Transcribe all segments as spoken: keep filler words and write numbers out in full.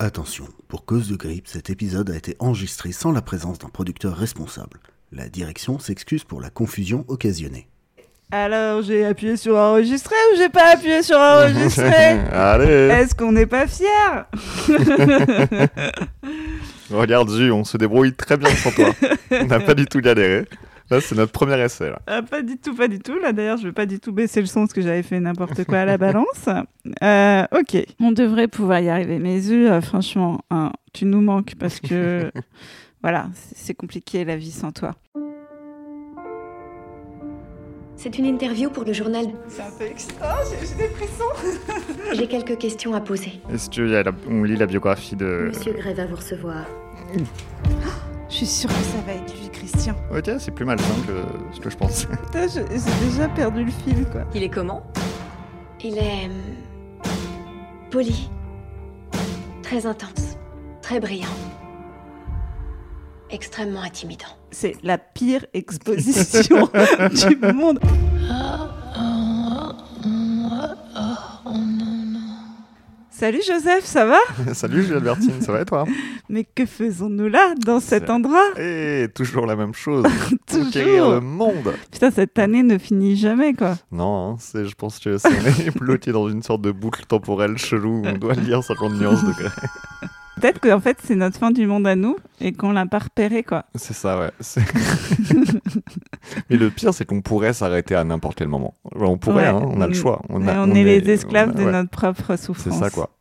Attention, pour cause de grippe, cet épisode a été enregistré sans la présence d'un producteur responsable. La direction s'excuse pour la confusion occasionnée. Alors, j'ai appuyé sur enregistrer ou j'ai pas appuyé sur enregistrer? Allez. Est-ce qu'on n'est pas fiers? Regarde, Ju, on se débrouille très bien sans toi. On n'a pas du tout galéré. Là, c'est notre premier essai. Là. Ah, pas du tout, pas du tout. Là, d'ailleurs, je vais pas du tout baisser le son parce que j'avais fait n'importe quoi à la balance. Euh, ok, on devrait pouvoir y arriver. Mais Zu, euh, franchement, hein, tu nous manques parce que voilà, c'est, c'est compliqué la vie sans toi. C'est une interview pour le journal. C'est un peu excitant, j'ai, j'ai des frissons. J'ai quelques questions à poser. Est-ce qu'on lit la biographie de... Monsieur Gray va vous recevoir. Je suis sûre que ça va être lui, Christian. Ok, c'est plus malsain que ce que je pensais. Putain, je, j'ai déjà perdu le fil, quoi. Il est comment? Il est... hum, poli. Très intense. Très brillant. Extrêmement intimidant. C'est la pire exposition du monde. Salut Joseph, ça va? Salut Julie Albertine, ça va et toi? Mais que faisons-nous là, dans cet C'est... endroit? Et toujours la même chose. Toujours. Conquérir le monde. Putain, cette année ne finit jamais, quoi. Non, hein, c'est, je pense que c'est, on est bloqué dans une sorte de boucle temporelle chelou où on doit lire cinquante nuances de Grey. Peut-être qu'en fait, c'est notre fin du monde à nous et qu'on l'a pas repéré, quoi. C'est ça, ouais. C'est... Mais le pire, c'est qu'on pourrait s'arrêter à n'importe quel moment. Genre, on pourrait, Ouais. hein, on a le choix. On, Mais a, on, on est, est les esclaves on a- de ouais. notre propre souffrance. C'est ça, quoi.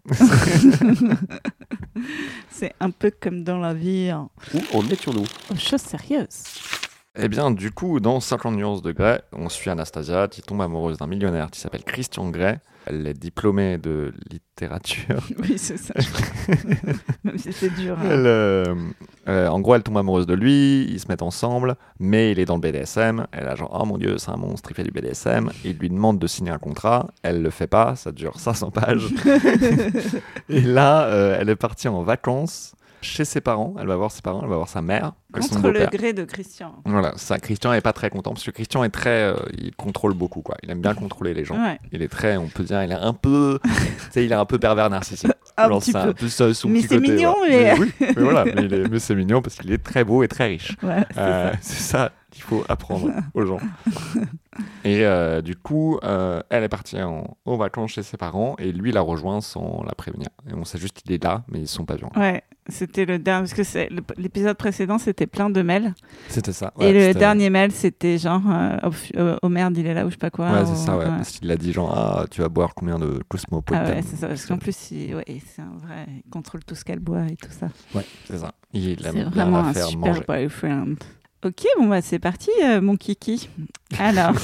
C'est un peu comme dans la vie, hein. Ou on est sur nous. Aux choses sérieuses. Eh bien, du coup, dans cinquante nuances de Grey, on suit Anastasia qui tombe amoureuse d'un millionnaire qui s'appelle Christian Grey. Elle est diplômée de littérature. Oui, c'est ça. Même si c'est dur. Hein. Elle, euh, euh, en gros, elle tombe amoureuse de lui, ils se mettent ensemble, mais il est dans le B D S M. Elle a genre, oh mon dieu, c'est un monstre, il fait du B D S M. Il lui demande de signer un contrat, elle le fait pas, ça dure cinq cents pages. Et là, euh, elle est partie en vacances chez ses parents, elle va voir ses parents, elle va voir sa mère, que son Contre le beau-père. gré de Christian. Voilà, ça, Christian est pas très content, parce que Christian est très, euh, il contrôle beaucoup, quoi. Il aime bien contrôler les gens. Ouais. Il est très, on peut dire, il est un peu, tu sais, il est un peu pervers narcissique. Un Genre, petit c'est peu. un peu ça, son Mais petit c'est côté, mignon, voilà. mais- oui, mais voilà, mais, il est- mais c'est mignon parce qu'il est très beau et très riche. Ouais, c'est Euh, ça. c'est ça qu'il faut apprendre aux gens. Et euh, du coup, euh, elle est partie en, aux vacances chez ses parents et lui l'a rejoint sans la prévenir. Et on sait juste qu'il est là, mais ils ne sont pas vus. Ouais, c'était le dernier, parce que c'est, le- l'épisode précédent, c'était plein de mails. C'était ça. et ouais, le c'était- dernier mail, c'était genre, euh, oh, f- euh, oh merde, il est là ou je sais pas quoi. Ouais, ou- c'est ça, ouais. Parce qu'il a dit genre, ah, tu vas boire combien de Ah Cosmopolitan? ouais, c'est ça, parce qu'en plus, il, ouais, c'est un vrai, il contrôle tout ce qu'elle boit et tout ça. Ouais, c'est ça. Il aime C'est bien vraiment la un faire super manger. boyfriend. Ok, bon bah c'est parti, euh, mon kiki. Alors,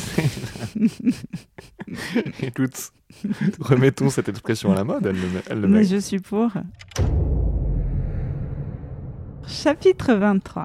Écoute, remettons cette expression à la mode, elle le, met- elle le mais met. je suis pour. Chapitre vingt-trois.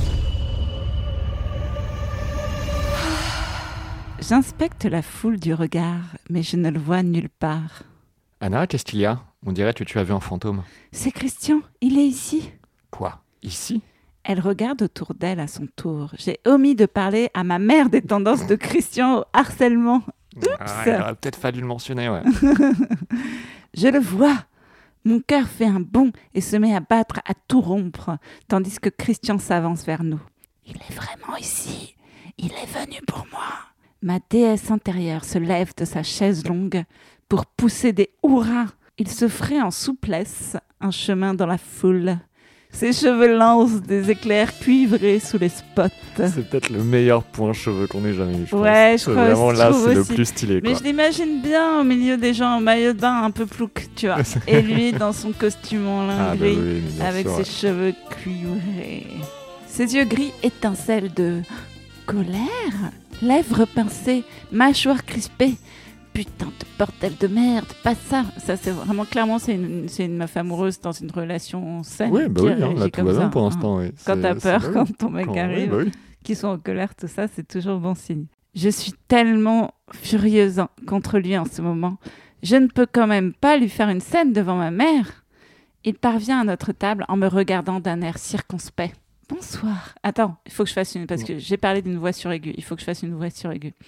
J'inspecte la foule du regard, mais je ne le vois nulle part. Anna, qu'est-ce qu'il y a? On dirait que tu as vu un fantôme. C'est Christian, il est ici. Quoi? Ici? Elle regarde autour d'elle à son tour. J'ai omis de parler à ma mère des tendances de Christian au harcèlement. Ah, il aurait peut-être fallu le mentionner, ouais. Je le vois. Mon cœur fait un bond et se met à battre à tout rompre, tandis que Christian s'avance vers nous. Il est vraiment ici. Il est venu pour moi. Ma déesse intérieure se lève de sa chaise longue pour pousser des hurrahs. Il se ferait en souplesse un chemin dans la foule. Ses cheveux lancent des éclairs cuivrés sous les spots. C'est peut-être le meilleur point cheveux qu'on ait jamais eu, je Ouais, pense. je C'est crois Vraiment aussi, là, je trouve c'est aussi. le plus stylé, quoi. Mais je l'imagine bien au milieu des gens en maillot de bain un peu plouc, tu vois. Et lui dans son costume en lin Ah, bah gris, oui, mais bien avec sûr, ses ouais. cheveux cuivrés. Ses yeux gris étincellent de colère, lèvres pincées, mâchoire crispée. Putain de bordel de merde, pas ça. Ça, c'est vraiment clairement, c'est une, c'est une meuf amoureuse dans une relation saine. Oui, bah qui oui, hein, réagit là, tout comme va ça, bien pour hein. l'instant, oui. Quand C'est- t'as c'est- peur, bah oui. quand ton mec Quand- oui, arrive, bah oui. qu'ils sont en colère, tout ça, c'est toujours bon signe. Je suis tellement furieuse en- contre lui en ce moment. Je ne peux quand même pas lui faire une scène devant ma mère. Il parvient à notre table en me regardant d'un air circonspect. Bonsoir. Attends, il faut que je fasse une... Parce que j'ai parlé d'une voix suraiguë. Il faut que je fasse une voix suraiguë.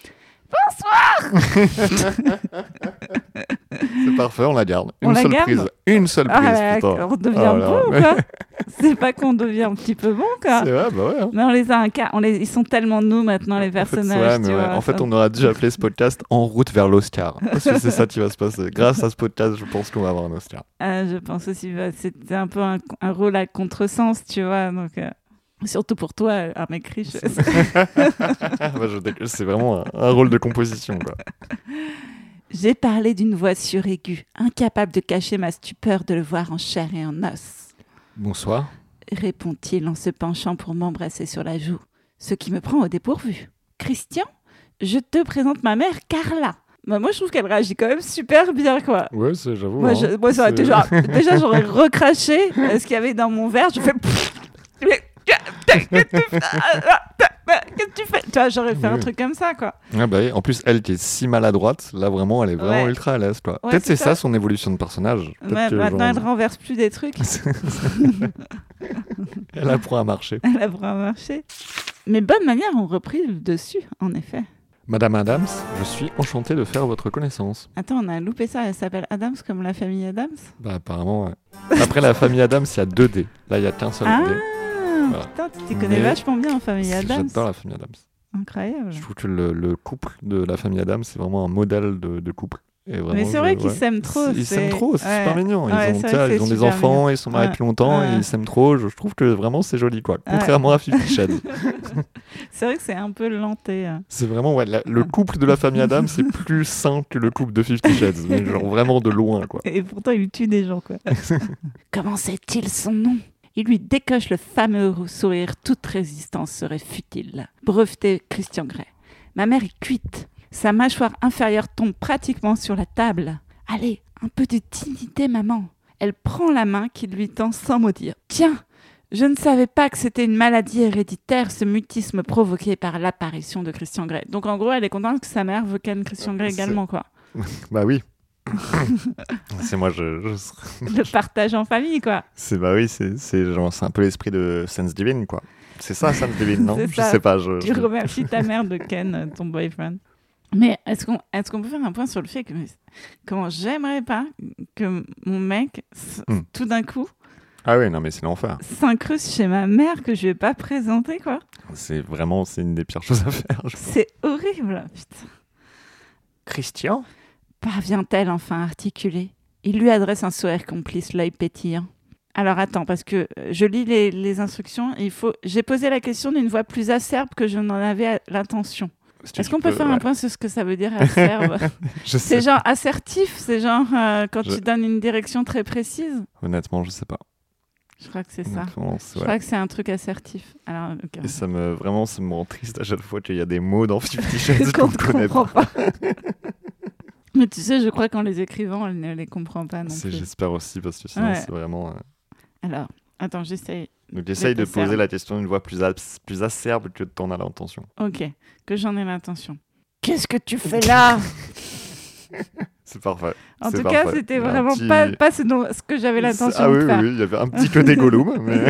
C'est parfait, on la garde. On Une la seule garde prise. Une seule prise, Ah, putain. on devient Oh là, bon, mais- quoi. C'est pas qu'on devient un petit peu bon, quoi. C'est vrai, bah ouais. hein. Mais on les a un cas, on les, ils sont tellement nous maintenant, les En fait, c'est personnages. vrai, mais tu ouais. vois, En fait, ça- on aura dû appeler ce podcast En route vers l'Oscar. Parce que c'est ça qui va se passer. Grâce à ce podcast, je pense qu'on va avoir un Oscar. Ah, je pense aussi, bah, c'était un peu un, un rôle à contresens, tu vois. Donc, euh, surtout pour toi, un mec riche. Bah, je dé- c'est vraiment un, un rôle de composition, quoi. J'ai parlé d'une voix suraiguë, incapable de cacher ma stupeur de le voir en chair et en os. Bonsoir. Répond-il en se penchant pour m'embrasser sur la joue, ce qui me prend au dépourvu. Christian, je te présente ma mère Carla. Bah, moi, je trouve qu'elle réagit quand même super bien, quoi. Ouais, c'est, j'avoue. Moi, hein. je- moi, ça aurait été C'est- genre- déjà, j'aurais recraché euh, ce qu'il y avait dans mon verre. Je fais. Mais- Qu'est-ce que tu fais Qu'est-ce que tu fais Tu vois, j'aurais fait un Oui. truc comme ça, quoi. Ah bah oui. En plus, elle qui est si maladroite, là vraiment, elle est vraiment Ouais. ultra à l'aise, quoi. Ouais, Peut-être c'est c'est ça ça. son évolution de personnage. Peut-être Ouais, que, maintenant, genre, elle renverse plus des trucs. elle apprend à marcher. Elle a vraiment marché. Mes bonnes manières ont repris le dessus, en effet. Madame Adams, je suis enchanté de faire votre connaissance. Attends, on a loupé ça. Elle s'appelle Adams comme la famille Adams. Bah apparemment, ouais. Après la famille Adams, il y a deux dés. Là, il y a qu'un seul Ah, dé. Voilà. putain, tu t'y connais Mais- vachement bien en famille C'est- Adams. J'adore la famille Adams. Incroyable. Je trouve que le, le couple de la famille Adams, c'est vraiment un modèle de, de couple. Et vraiment, Mais c'est vrai je- qu'ils ouais. s'aiment trop. Ils c'est- s'aiment trop, c'est ouais. super mignon. Ils Ouais, ont, c'est tu vrai sais, que ils ont c'est des super enfants, mignon. ils sont mariés Ouais. depuis longtemps, Ouais. et ils s'aiment trop. Je, je trouve que vraiment c'est joli, quoi. Contrairement à Fifty Shades. C'est vrai que c'est un peu lenté. hein. C'est vraiment, ouais, la- le couple de la famille Adams, c'est plus sain que le couple de Fifty Shades. Mais genre vraiment de loin, quoi. Et pourtant, il tue des gens, quoi. Comment sait-il son nom? Il lui décoche le fameux sourire. Toute résistance serait futile. Breveté Christian Grey. Ma mère est cuite. Sa mâchoire inférieure tombe pratiquement sur la table. Allez, un peu de dignité, maman. Elle prend la main qu'il lui tend sans mot dire. Tiens, je ne savais pas que c'était une maladie héréditaire, ce mutisme provoqué par l'apparition de Christian Grey. Donc en gros, elle est contente que sa mère veut ken Christian Grey C'est- également, quoi. Bah oui. c'est moi, je. je- Le partage en famille, quoi. C'est bah oui, c'est c'est genre c'est un peu l'esprit de Sense Divine, quoi. C'est ça, Sense Divine, non? C'est Je ça. sais pas. Je, Tu je- remercies ta mère de ken euh, ton boyfriend. Mais est-ce qu'on est-ce qu'on peut faire un point sur le fait que comment j'aimerais pas que mon mec s- Hmm. tout d'un coup Ah oui, non, mais c'est l'enfer. s'incruste chez ma mère que je vais pas présenter, quoi. C'est vraiment, c'est une des pires choses à faire. je pense. C'est horrible, putain. Christian? Parvient-elle enfin à articuler? Il lui adresse un sourire complice, l'œil pétillant. Alors attends, parce que euh, je lis les, les instructions. Il faut. J'ai posé la question d'une voix plus acerbe que je n'en avais l'intention. Si tu Est-ce qu'on peut peux, faire un ouais. point sur ce que ça veut dire acerbe? Je sais. C'est genre assertif, c'est genre euh, quand Je- tu donnes une direction très précise. Honnêtement, je sais pas. Je crois que c'est ça. Honnêtement, c'est- Je ouais. crois que c'est un truc assertif. Alors, ok. Et ça me vraiment, ça me rend triste à chaque fois qu'il y a des mots dans Fifty Shades Qu'on qu'on ne connaît comprend pas. pas. Mais tu sais, je crois qu'en les écrivant, elle ne les comprend pas non C'est- plus. J'espère aussi parce que sinon Ouais. c'est vraiment. euh, Alors, attends, j'essaye. Donc essaye de t'acerbe. poser la question d'une voix plus, as- plus acerbe que t'en as l'intention. Ok, que j'en ai l'intention. Qu'est-ce que tu fais là? C'est parfait. En C'est tout cas, parfait. c'était Il y a un vraiment petit- pas, pas ce, dont- ce que j'avais l'intention Ah oui, de oui, faire. oui, il y avait un petit côté Gollum, mais.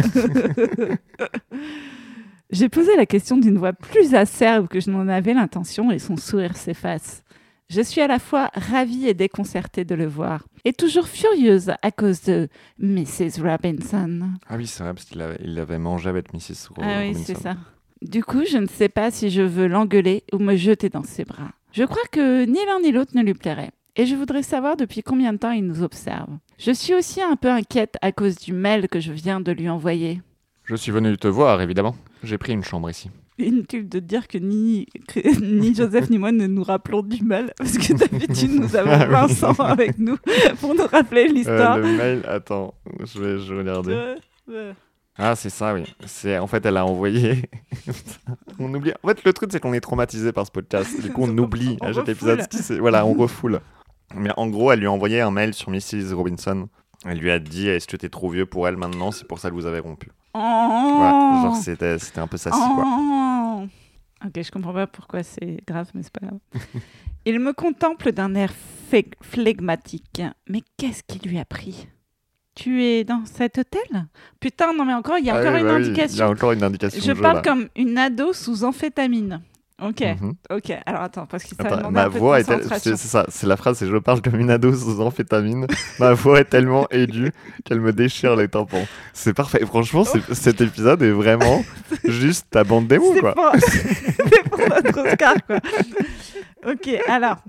J'ai posé la question d'une voix plus acerbe que je n'en avais l'intention et son sourire s'efface. Je suis à la fois ravie et déconcertée de le voir, et toujours furieuse à cause de missus Robinson. Ah oui, c'est vrai, parce qu'il avait, il avait mangé avec missus Ro- Ah oui, Robinson. c'est ça. Du coup, je ne sais pas si je veux l'engueuler ou me jeter dans ses bras. Je crois que ni l'un ni l'autre ne lui plairait, et je voudrais savoir depuis combien de temps il nous observe. Je suis aussi un peu inquiète à cause du mail que je viens de lui envoyer. Je suis venu te voir, évidemment. J'ai pris une chambre ici. Inutile de dire que ni, que ni Joseph ni moi ne nous rappelons du mal, parce que d'habitude nous avons Vincent avec nous pour nous rappeler l'histoire. Euh, le mail, attends, je vais, je vais regarder. Euh, euh. Ah, c'est ça, oui. C'est, en fait, elle a envoyé. on oublie. En fait, le truc, c'est qu'on est traumatisé par ce podcast. Du coup, on On- oublie on à chaque refoule. épisode. ce qui s'est- Voilà, on refoule. Mais en gros, elle lui a envoyé un mail sur missus Robinson. Elle lui a dit: est-ce que t'es trop vieux pour elle maintenant? C'est pour ça que vous avez rompu. Oh. Voilà, genre, c'était, c'était un peu ça, quoi. Oh. Ok, je comprends pas pourquoi c'est grave, mais c'est pas grave. Il me contemple d'un air phé- flegmatique. Mais qu'est-ce qui lui a pris? Tu es dans cet hôtel? Putain, non mais encore, il y a Ah encore oui, une bah oui, il y indication. a encore une indication. Je de jeu, parle là. comme une ado sous amphétamine. Ok, Mhm. ok. Alors attends, parce que ça va Attends, demander ma un peu de voix est tel- concentration. c'est c'est ça, c'est la phrase, c'est je parle comme une ado sous amphétamine. Ma voix est tellement aiguë qu'elle me déchire les tympans. C'est parfait. Franchement, c'est- cet épisode est vraiment juste ta bande démo, C'est quoi. pour... c'est pour notre Oscar, quoi. Ok, alors.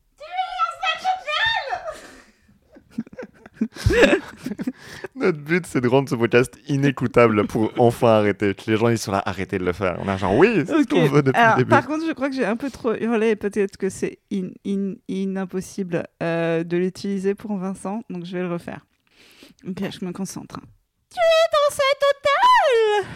Notre but, c'est de rendre ce podcast inécoutable pour enfin arrêter. Que les gens, ils sont là, arrêtez de le faire. On a genre, oui, c'est ce Ok. qu'on veut depuis Alors, le début. par contre, je crois que j'ai un peu trop hurlé et peut-être que c'est in, in, in impossible euh, de l'utiliser pour Vincent, donc je vais le refaire. Ok, je me concentre. Tu es dans cet hôtel.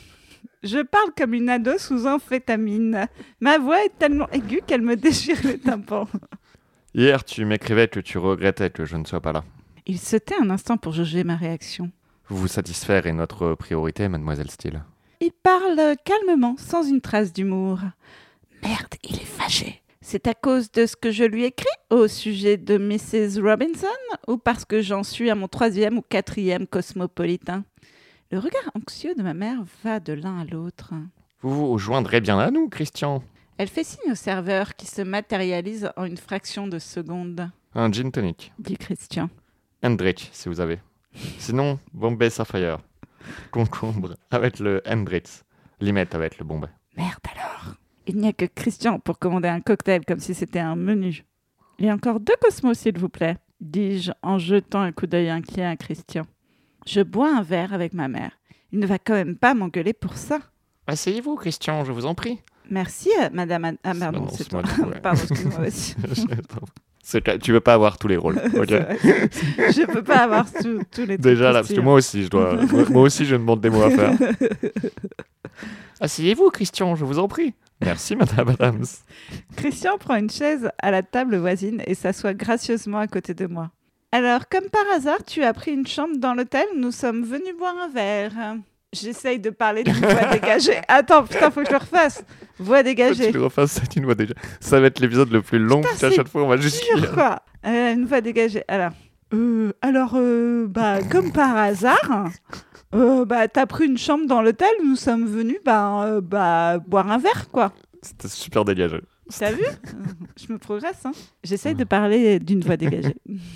Je parle comme une ado sous amphétamine. Ma voix est tellement aiguë qu'elle me déchire les tympans. Hier, tu m'écrivais que tu regrettais que je ne sois pas là. Il se tait un instant pour juger ma réaction. Vous satisfaire est notre priorité, mademoiselle Steele. Il parle calmement, sans une trace d'humour. Merde, il est fâché. C'est à cause de ce que je lui écris au sujet de missus Robinson ou parce que j'en suis à mon troisième ou quatrième cosmopolitain? Le regard anxieux de ma mère va de l'un à l'autre. Vous vous joindrez bien à nous, Christian. Elle fait signe au serveur qui se matérialise en une fraction de seconde, Un gin tonic. dit Christian. Hendrix, si vous avez. Sinon, Bombay Sapphire. Concombre avec le Hendrix. Limette avec le Bombay. Merde alors. Il n'y a que Christian pour commander un cocktail comme si c'était un menu. Il y a encore deux Cosmos, s'il vous plaît, dis-je en jetant un coup d'œil inquiet à Christian. Je bois un verre avec ma mère. Il ne va quand même pas m'engueuler pour ça. Asseyez-vous, Christian, je vous en prie. Merci, euh, madame... Ad- Ah, pardon, Non, c'est c'est toi. moi, du coup, ouais. Pardon, excuse-moi, vas-y. C'est que tu veux pas avoir tous les rôles. Ok. C'est vrai. Je peux pas avoir tout- tous les trucs. Déjà là, parce possibles. que moi aussi, je dois. moi, moi aussi, je me demande des mots à faire. Asseyez-vous, Christian, je vous en prie. Merci, Madame Adams. Christian prend une chaise à la table voisine et s'assoit gracieusement à côté de moi. Alors, comme par hasard, tu as pris une chambre dans l'hôtel. Nous sommes venus boire un verre. J'essaye de parler d'une voix dégagée. Attends, putain, faut que je le refasse. Voix Faut dégagée. que tu le refasses, c'est une voix déjà. Ça va être l'épisode le plus long, Putain, parce qu'à c'est chaque fois, on va juste. Dur, quoi. Euh, une voix dégagée. Alors, euh, alors euh, bah, comme par hasard, euh, bah, t'as pris une chambre dans l'hôtel. Nous sommes venus bah, euh, bah, boire un verre, quoi. C'était super dégagé. T'as vu? Je me progresse, hein. J'essaye de parler d'une voix dégagée.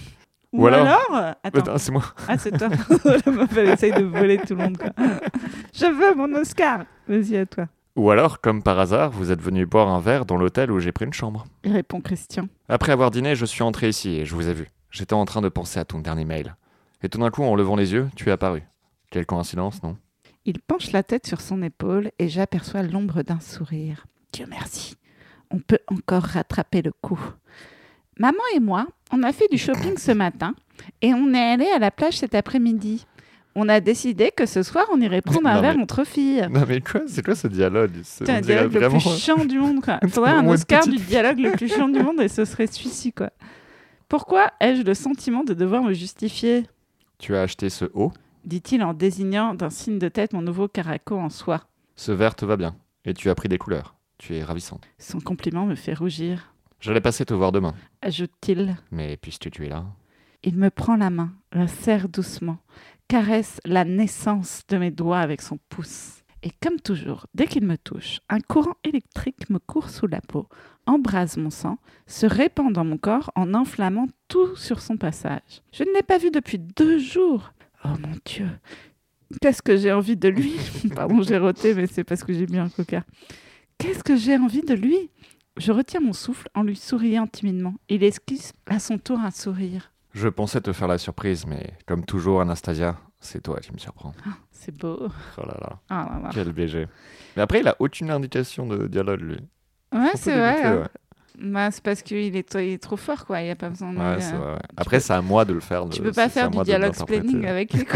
Ou, Ou alors- alors... Attends. Attends, c'est moi. Ah, c'est toi. La meuf, elle essaye de voler tout le monde, quoi. Je veux mon Oscar. Vas-y, à toi. Ou alors, comme par hasard, vous êtes venu boire un verre dans l'hôtel où j'ai pris une chambre. Il répond Christian. Après avoir dîné, je suis entré ici et je vous ai vu. J'étais en train de penser à ton dernier mail. Et tout d'un coup, en levant les yeux, tu es apparu. Quelle coïncidence, non? Il penche la tête sur son épaule et j'aperçois l'ombre d'un sourire. Dieu merci. On peut encore rattraper le coup. Maman et moi, on a fait du shopping ce matin et on est allé à la plage cet après-midi. On a décidé que ce soir, on irait prendre un Non, verre mais- entre filles. Non mais quoi? C'est quoi ce dialogue? C'est C'est on un dirait dialogue le vraiment- plus chiant du monde, quoi. C'est Faudrait un vraiment une Oscar petite du dialogue le plus chiant du monde et ce serait celui-ci, quoi. Pourquoi ai-je le sentiment de devoir me justifier? Tu as acheté ce haut? Dit-il en désignant d'un signe de tête mon nouveau caraco en soie. Ce verre te va bien. Et tu as pris des couleurs. Tu es ravissante. Son compliment me fait rougir, J'allais passer te voir demain. ajoute-t-il. Mais puisque tu es là... Il me prend la main, la serre doucement, caresse la naissance de mes doigts avec son pouce. Et comme toujours, dès qu'il me touche, un courant électrique me court sous la peau, embrase mon sang, se répand dans mon corps en enflammant tout sur son passage. Je ne l'ai pas vu depuis deux jours. Oh mon Dieu, qu'est-ce que j'ai envie de lui. Pardon, j'ai roté, mais c'est parce que j'ai bu un coca. Qu'est-ce que j'ai envie de lui. Je retiens mon souffle en lui souriant timidement. Il esquisse à son tour un sourire. Je pensais te faire la surprise, mais comme toujours, Anastasia, c'est toi qui me surprends. C'est beau. Oh là là, Ah là là. quel B G. Mais après, il a aucune indication de dialogue, lui. Ouais, Un peu c'est vrai. dégoûté, hein. ouais. Bah, c'est parce qu'il est, il est trop fort, quoi. Il n'y a pas besoin de... Ouais, c'est vrai, ouais. Après, c'est à moi de le faire. Tu de- peux pas c'est à faire du moi de dialogue l'interpréter. splaining avec lui, quoi.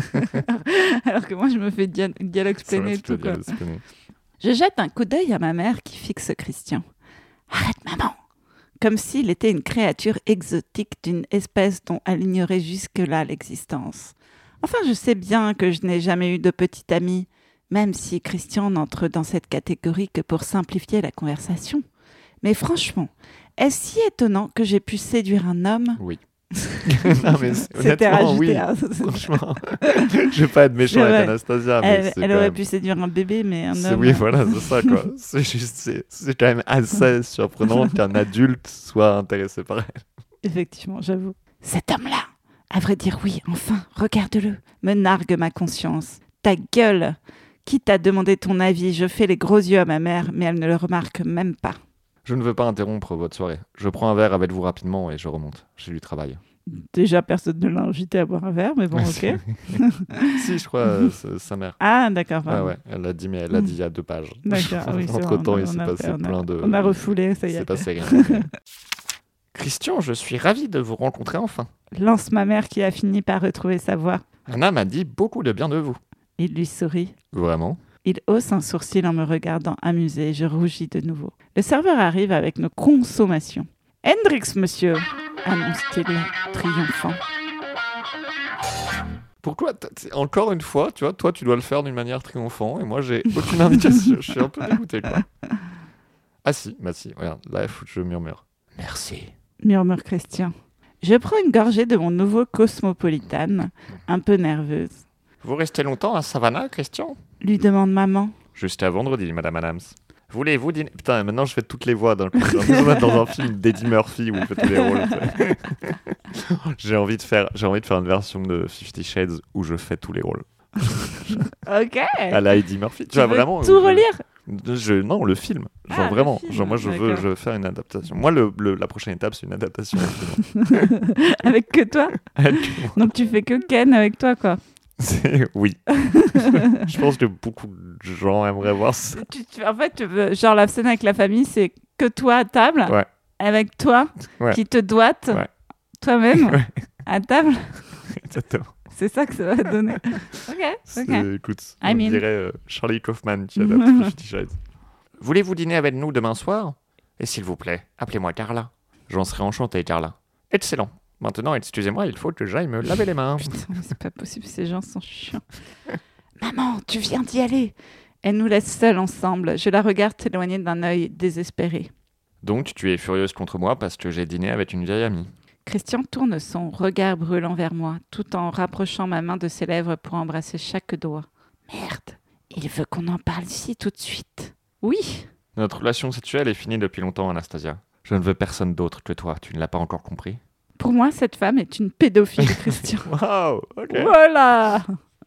Alors que moi, je me fais dia- dialogue C'est vrai, splainé et tu peux tout, quoi. dialogue splainé. Je jette un coup d'œil à ma mère qui fixe Christian. Arrête, maman! Comme s'il était une créature exotique d'une espèce dont elle ignorait jusque-là l'existence. Enfin, je sais bien que je n'ai jamais eu de petit ami, même si Christian n'entre dans cette catégorie que pour simplifier la conversation. Mais franchement, est-ce si étonnant que j'ai pu séduire un homme? Oui. Non, mais c'est- C'était honnêtement, rajouté. oui. hein. Franchement, je vais pas être méchant C'est avec vrai. Anastasia, mais Elle, c'est elle quand aurait même... pu séduire un bébé, mais un c'est- homme. Oui, voilà, c'est ça, quoi. C'est juste, c'est, c'est quand même assez surprenant qu'un adulte soit intéressé par elle. Effectivement, j'avoue. Cet homme-là, à vrai dire, oui, enfin, regarde-le, me nargue ma conscience. Ta gueule. Qui t'a demandé ton avis? Je fais les gros yeux à ma mère, mais elle ne le remarque même pas. Je ne veux pas interrompre votre soirée. Je prends un verre avec vous rapidement et je remonte. J'ai du travail. Déjà, personne ne l'a invité à boire un verre, mais bon, ok. Si, je crois, euh, c'est sa mère. Ah, d'accord, Ah pardon. ouais, elle l'a dit, mais elle l'a dit il y a deux pages. D'accord, ah oui, c'est Entre temps, vrai, il on s'est a passé fait- on a- plein de. On a refoulé, ça y Il est. s'est passé rien. Christian, je suis ravi de vous rencontrer enfin. Lance ma mère qui a fini par retrouver sa voix. Anna m'a dit beaucoup de bien de vous. Il lui sourit. Vraiment? Il hausse un sourcil en me regardant amusé. Je rougis de nouveau. Le serveur arrive avec nos consommations. Hendrix, monsieur, annonce-t-il, triomphant. Pourquoi t'as- t'sais, encore une fois, tu vois, toi tu dois le faire d'une manière triomphante et moi j'ai aucune indication. Je suis un peu dégoûté, quoi. Ah si, bah si, regarde, là il faut que je murmure. Merci. Murmure Christian. Je prends une gorgée de mon nouveau Cosmopolitan, un peu nerveuse. Vous restez longtemps à Savannah, Christian? Lui demande maman. Jusqu'à vendredi, Madame Adams. Voulez-vous dîner? Putain, maintenant je fais toutes les voix d'un coup. J'ai l'impression d'être dans un film d'Eddie Murphy où il fait tous les rôles. j'ai envie de faire, j'ai envie de faire une version de Fifty Shades où je fais tous les rôles. Ok. À la Eddie Murphy. Tu, Tu vois veux vraiment? tout je- relire? je, Non, le film. Genre Ah, le vraiment. film, Genre moi je veux, d'accord. je veux faire une adaptation. Moi le, le- la prochaine étape c'est une adaptation. de film. Avec que toi? Avec- Donc tu fais que Ken avec toi, quoi. C'est- oui. Je pense que beaucoup de gens aimeraient voir ça. Tu- tu- en fait, tu veux- genre la scène avec la famille, c'est que toi à table, Ouais. avec toi, Ouais. qui te doite, Ouais. toi-même, Ouais. à table. Exactement. C'est ça que ça va donner. Ok, C'est- ok. Écoute, I on mean. dirait euh, Charlie Kaufman qui adapte Fifty Shades. Voulez-vous dîner avec nous demain soir? Et s'il vous plaît, appelez-moi Carla. J'en serai enchanté, Carla. Excellent. Maintenant, excusez-moi, il faut que j'aille me laver les mains. Putain, mais c'est pas possible, ces gens sont chiants. Maman, tu viens d'y aller. Elle nous laisse seuls ensemble. Je la regarde s'éloigner d'un œil désespéré. Donc, tu es furieuse contre moi parce que j'ai dîné avec une vieille amie. Christian tourne son regard brûlant vers moi, tout en rapprochant ma main de ses lèvres pour embrasser chaque doigt. Merde, il veut qu'on en parle ici tout de suite. Oui. Notre relation sexuelle est finie depuis longtemps, Anastasia. Je ne veux personne d'autre que toi, tu ne l'as pas encore compris? Pour moi, cette femme est une pédophile, Christian. Waouh, ok. Voilà.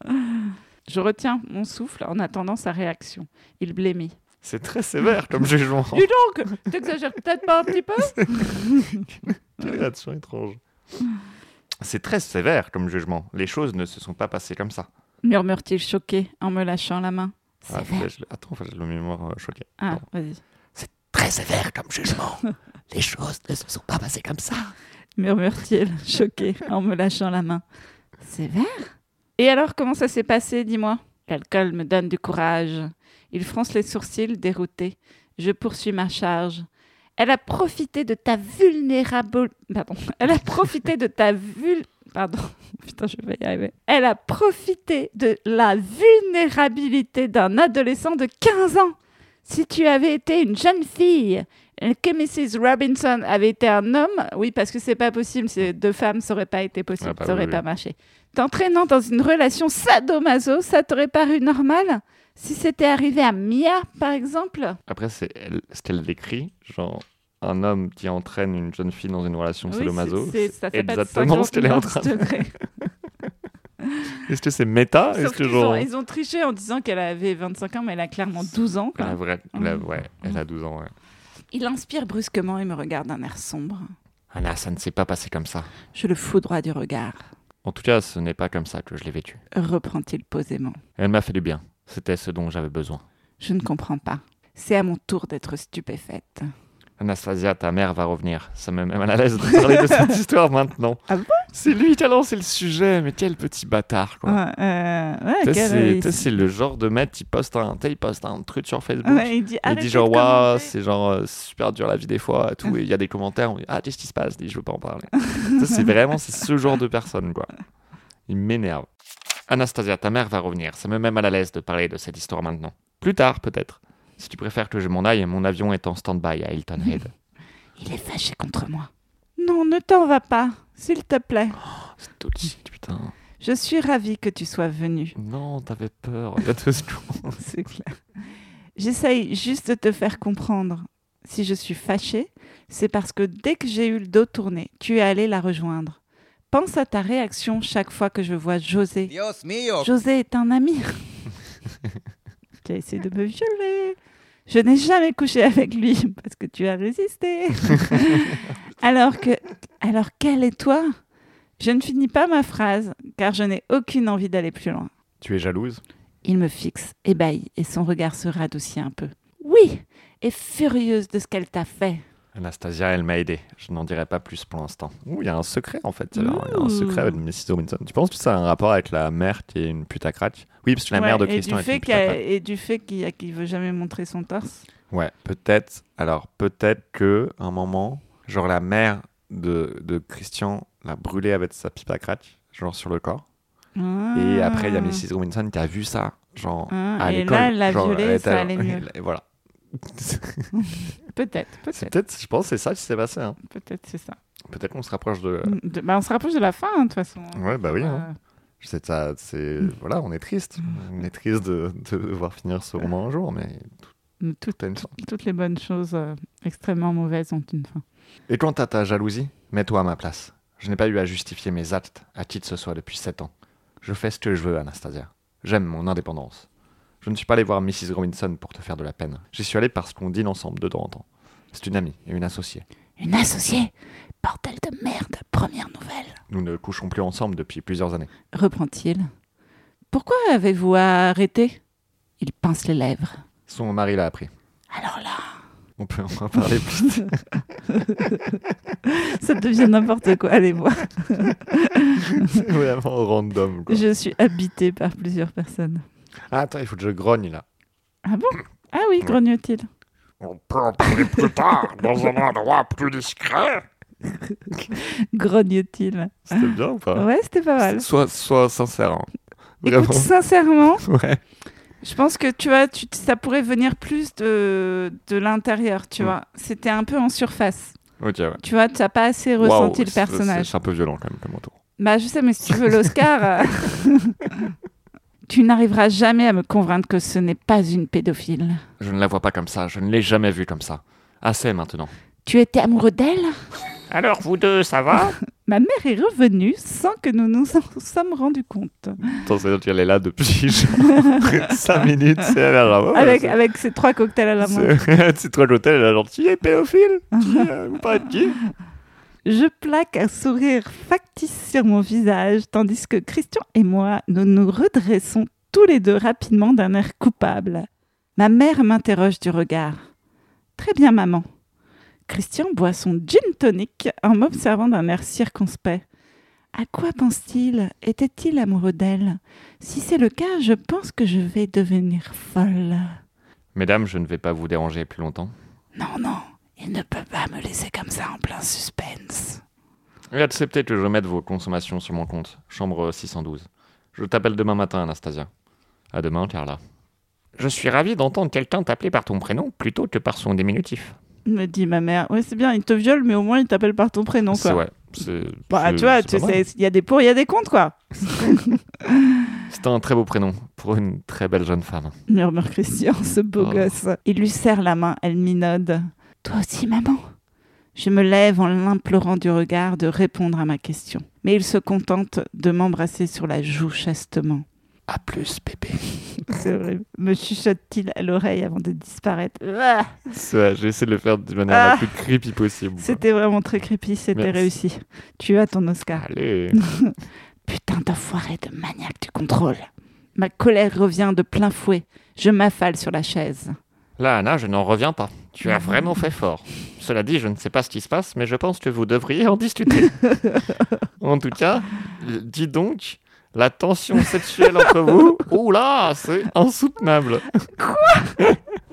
Je retiens mon souffle en attendant sa réaction. Il blêmit. C'est très sévère comme jugement. Dis donc, t'exagères peut-être pas un petit peu? Quelle réaction étrange. C'est très sévère comme jugement. Les choses ne se sont pas passées comme ça. Murmure-t-il choqué en me lâchant la main. Ah, Sévère. je- Attends, j'ai le mémoire euh, choqué. Ah, Pardon. vas-y. Très sévère comme jugement. Les choses ne se sont pas passées comme ça. Murmure-t-il, choqué, en me lâchant la main. Sévère? Et alors, comment ça s'est passé, dis-moi? L'alcool me donne du courage. Il fronce les sourcils, dérouté. Je poursuis ma charge. Elle a profité de ta vulnérable... Pardon. Elle a profité de ta vul... Pardon. Putain, je vais y arriver. Elle a profité de la vulnérabilité d'un adolescent de quinze ans. Si tu avais été une jeune fille et que missus Robinson avait été un homme, oui, parce que c'est pas possible, ces deux femmes, ça aurait pas été possible, Ah bah ça aurait oui, pas oui. marché. T'entraînant dans une relation sadomaso, ça t'aurait paru normal? Si c'était arrivé à Mia, par exemple? Après, c'est elle- ce qu'elle décrit, genre un homme qui entraîne une jeune fille dans une relation Oui, sadomaso. c'est- c'est- ça c'est s'appelle exactement ce qu'elle est en train cinquante de degrés. Est-ce que c'est méta? Sauf Est-ce que qu'ils genre... ont, ils ont triché en disant qu'elle avait vingt-cinq ans, mais elle a clairement douze ans. quoi. La vraie... la- Mm. Ouais, elle a douze ans, ouais. Il inspire brusquement et me regarde d'un air sombre. Anna, ça ne s'est pas passé comme ça. Je le foudroie du regard. En tout cas, ce n'est pas comme ça que je l'ai vécu. Reprend-il posément. Elle m'a fait du bien. C'était ce dont j'avais besoin. Je ne comprends pas. C'est à mon tour d'être stupéfaite. Anastasia, ta mère va revenir. Ça me met mal à l'aise de parler de cette histoire maintenant. Ah bon? C'est lui qui a lancé le sujet, mais quel petit bâtard, quoi. Ouais, euh, ouais, Tu sais, quel- c'est- il- tu sais, c'est le genre de mec qui poste un, tu sais, il poste un truc sur Facebook. Ouais, il dit, Il arrêtez dit genre, de waouh, commenter. c'est genre euh, super dur la vie des fois, et tout. Et il y a des commentaires, on dit, ah, qu'est-ce qui se passe? Il dit, je veux pas en parler. Ça, c'est vraiment, c'est ce genre de personne, quoi. Il m'énerve. Anastasia, ta mère va revenir. Ça me met mal à l'aise de parler de cette histoire maintenant. Plus tard, peut-être. Si tu préfères que je m'en aille, mon avion est en stand-by à Hilton Head. Il est fâché contre moi. Non, ne t'en va pas. S'il te plaît. Oh, c'est Dolly, putain. Je suis ravie que tu sois venu. Non, t'avais peur. Il y a deux secondes. C'est clair. J'essaye juste de te faire comprendre. Si je suis fâchée, c'est parce que dès que j'ai eu le dos tourné, tu es allé la rejoindre. Pense à ta réaction chaque fois que je vois José. Dios mío. José est un ami. Tu as essayé de me violer. Je n'ai jamais couché avec lui parce que tu as résisté. alors que, alors quelle est toi ? Je ne finis pas ma phrase car je n'ai aucune envie d'aller plus loin. Tu es jalouse ? Il me fixe, ébahi, et son regard se radoucit un peu. Oui, et furieuse de ce qu'elle t'a fait. Anastasia, elle m'a aidé. Je n'en dirai pas plus pour l'instant. Ouh, il y a un secret en fait. Alors, il y a un secret avec missus Robinson. Tu penses que ça a un rapport avec la mère qui est une pute à crack ? Oui, parce que la Ouais, mère de et Christian du est fait une pute à crack. Et du fait qu'il ne veut jamais montrer son torse. Ouais, peut-être. Alors, peut-être que un moment, genre la mère de, de Christian l'a brûlé avec sa pipe à crack, genre sur le corps. Ah. Et après, il y a missus Robinson qui a vu ça, genre Ah, à et l'école. là, elle l'a Genre, violé, elle était ça à- allait mieux. Et voilà. Peut-être, C'est peut-être, peut-être, je pense, que c'est ça qui s'est passé. Hein. peut-être c'est ça. Peut-être qu'on se rapproche de. De- bah, on se rapproche de la fin, hein, de toute façon. Ouais, bah oui. Euh, Hein. C'est ça, c'est Mm. voilà, on est triste. On est triste de, de voir finir ce roman un jour, mais tout- tout a une fin. toutes les bonnes choses euh, extrêmement mauvaises ont une fin. Et quant à ta jalousie, mets-toi à ma place. Je n'ai pas eu à justifier mes actes à qui que ce soit depuis sept ans. Je fais ce que je veux, Anastasia. J'aime mon indépendance. Je ne suis pas allé voir missus Robinson pour te faire de la peine. J'y suis allé parce qu'on dîne ensemble de temps en temps. C'est une amie et une associée. Une associée ? Bordel de merde, première nouvelle. Nous ne couchons plus ensemble depuis plusieurs années. Reprend-il. Pourquoi avez-vous arrêté ? Il pince les lèvres. Son mari l'a appris. Alors là, On peut en parler plus. ça devient n'importe quoi, allez voir. C'est vraiment random. Quoi. Je suis habitée par plusieurs personnes. Ah, attends, il faut que je grogne là. Ah bon ? Ah oui, grogne-t-il. On peut en parler plus tard, dans un endroit plus discret. Grogne-t-il. C'était bien ou pas? Ouais, c'était pas mal. Sois, sois sincère. Hein. Écoute, Vraiment. sincèrement, Ouais. je pense que tu vois, tu, ça pourrait venir plus de, de l'intérieur, tu Mm. vois. C'était un peu en surface. Ok, ouais. Tu vois, tu n'as pas assez Waouh, ressenti le c'est- personnage. C'est un peu violent quand même comme retour. Bah, je sais, mais si tu veux l'Oscar, euh, tu n'arriveras jamais à me convaincre que ce n'est pas une pédophile. Je ne la vois pas comme ça, je ne l'ai jamais vue comme ça. Assez maintenant. Tu étais amoureux d'elle ? Alors vous deux, ça va? Ma mère est revenue sans que nous nous en sommes rendus compte. Attends, c'est-à-dire qu'elle est là depuis genre cinq minutes, c'est elle a genre, oh, avec, c'est- avec ses trois cocktails à la main. c'est- C'est toi l'hôtel, elle a genre, qui est pédophile? Qui, euh, Vous parlez de qui? Je plaque un sourire factice sur mon visage, tandis que Christian et moi, nous nous redressons tous les deux rapidement d'un air coupable. Ma mère m'interroge du regard. Très bien, maman. Christian boit son gin tonic en m'observant d'un air circonspect. À quoi pense-t-il ? Était-il amoureux d'elle ? Si c'est le cas, je pense que je vais devenir folle. Mesdames, je ne vais pas vous déranger plus longtemps. Non, non, il ne peut pas me laisser comme ça en plein suspense. Et acceptez que je remette vos consommations sur mon compte, chambre six cent douze. Je t'appelle demain matin, Anastasia. À demain, Carla. Je suis ravi d'entendre quelqu'un t'appeler par ton prénom plutôt que par son diminutif. Me dit ma mère. Ouais, c'est bien, il te viole, mais au moins il t'appelle par ton prénom, C'est quoi. ouais. C'est, Bah, c'est- tu vois, c'est tu pas mal. sais, il y a des pour, il y a des contre, quoi. C'est un très beau prénom pour une très belle jeune femme. Murmure Christian, ce beau Oh. gosse. Il lui serre la main, elle minaude. Toi aussi, maman ? Je me lève en l'implorant du regard de répondre à ma question. Mais il se contente de m'embrasser sur la joue chastement. À plus, bébé. C'est vrai. Me chuchote-t-il à l'oreille avant de disparaître. Ah, C'est vrai, j'ai essayé de le faire de manière Ah. la plus creepy possible. c'était vraiment très creepy, c'était Merci. réussi. Tu as ton Oscar. Allez. Putain d'enfoiré de maniaque du contrôle. Ma colère revient de plein fouet. Je m'affale sur la chaise. Là, Anna, je n'en reviens pas. Tu as vraiment fait fort. Cela dit, je ne sais pas ce qui se passe, mais je pense que vous devriez en discuter. En tout cas, euh, dis donc, la tension sexuelle entre vous, ouh là, c'est insoutenable. Oh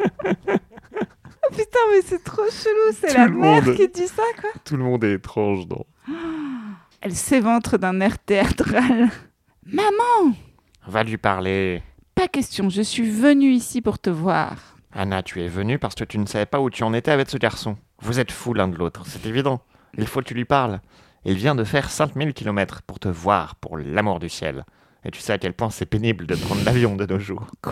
putain, mais c'est trop chelou, c'est Tout la le mère monde. qui dit ça, quoi. Tout le monde est étrange, non? Elle s'éventre d'un air théâtral. Maman, Va lui parler. pas question, je suis venue ici pour te voir. Anna, tu es venue parce que tu ne savais pas où tu en étais avec ce garçon. Vous êtes fous l'un de l'autre, c'est évident. Il faut que tu lui parles. Il vient de faire cinq mille kilomètres pour te voir, pour l'amour du ciel. Et tu sais à quel point c'est pénible de prendre l'avion de nos jours. Quoi?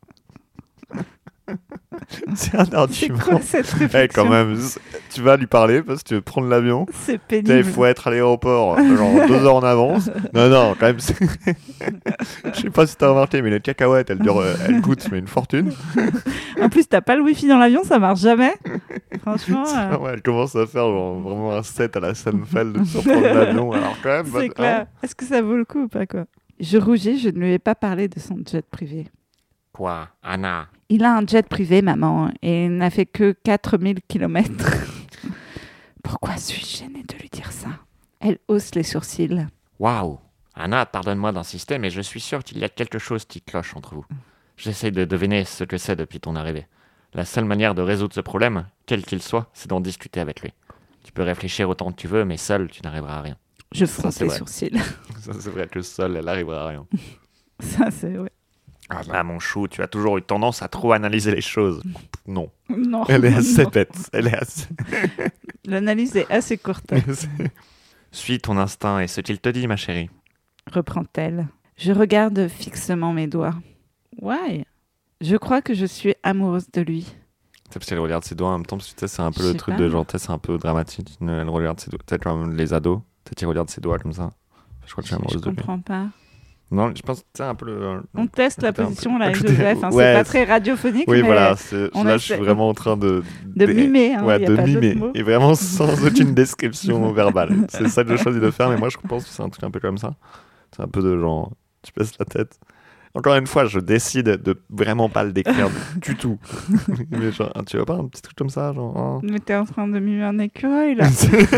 C'est un C'est argument. quoi cette Eh, réflexion? quand même, c- tu vas lui parler parce que tu veux prendre l'avion. C'est Il pénible. faut être à l'aéroport genre deux heures en avance. Non, non, quand même. c'est- Je sais pas si t'as remarqué, mais les cacahuètes, elles, durent, euh, elles coûtent mais une fortune. En plus, t'as pas le wifi dans l'avion, ça marche jamais. Franchement, C'est euh, vraiment- Elle commence à faire genre, vraiment un set à la Seinfeld sur prendre l'avion. Alors quand même, c'est bah, clair. Est-ce que ça vaut le coup ou pas, quoi? Je rougis, je ne lui ai pas parlé de son jet privé. Quoi, Anna? Il a un jet privé, maman, et il n'a fait que quatre mille kilomètres. Pourquoi suis-je gênée de lui dire ça? Elle hausse les sourcils. Waouh! Anna, pardonne-moi d'insister, mais je suis sûr qu'il y a quelque chose qui cloche entre vous. J'essaie de deviner ce que c'est depuis ton arrivée. La seule manière de résoudre ce problème, quel qu'il soit, c'est d'en discuter avec lui. Tu peux réfléchir autant que tu veux, mais seul, tu n'arriveras à rien. Je Ça, fronce c'est les vrai. sourcils. Ça, c'est vrai que seul, elle arrivera à rien. Ça, c'est... Ouais. Ah là, mon chou, tu as toujours eu tendance à trop analyser les choses. Non. Non. Elle est assez non. bête. Elle est assez... L'analyse est assez courte, Suis ton instinct et ce qu'il te dit, ma chérie. reprend-elle. Je regarde fixement mes doigts. Ouais. Je crois que je suis amoureuse de lui. C'est parce qu'elle regarde ses doigts en même temps, parce que tu sais, c'est un peu Je le sais truc pas. de genre, tu sais, c'est un peu dramatique. Elle regarde ses doigts, peut-être comme les ados, peut-être qu'ils regardent ses doigts comme ça. Je crois que je suis Je, je amoureuse de lui. comprends pas. Non, je pense que c'est un peu le. On teste la Écoutez un peu. position là avec Écoutez, Joseph. Hein. ouais, c'est pas c'est- très radiophonique, Oui, mais voilà, c'est... on là je suis essaie- vraiment en train de. de mimer. Hein. Ouais, y a de pas d'autre mimer. mot. Et vraiment sans aucune description verbale. C'est ça que je choisis de faire, mais moi je pense que c'est un truc un peu comme ça. C'est un peu de genre, tu baisses la tête. Encore une fois, je décide de vraiment pas le décrire du tout. Mais genre, tu vois pas un petit truc comme ça, genre. hein. Mais t'es en train de mimer un écureuil là.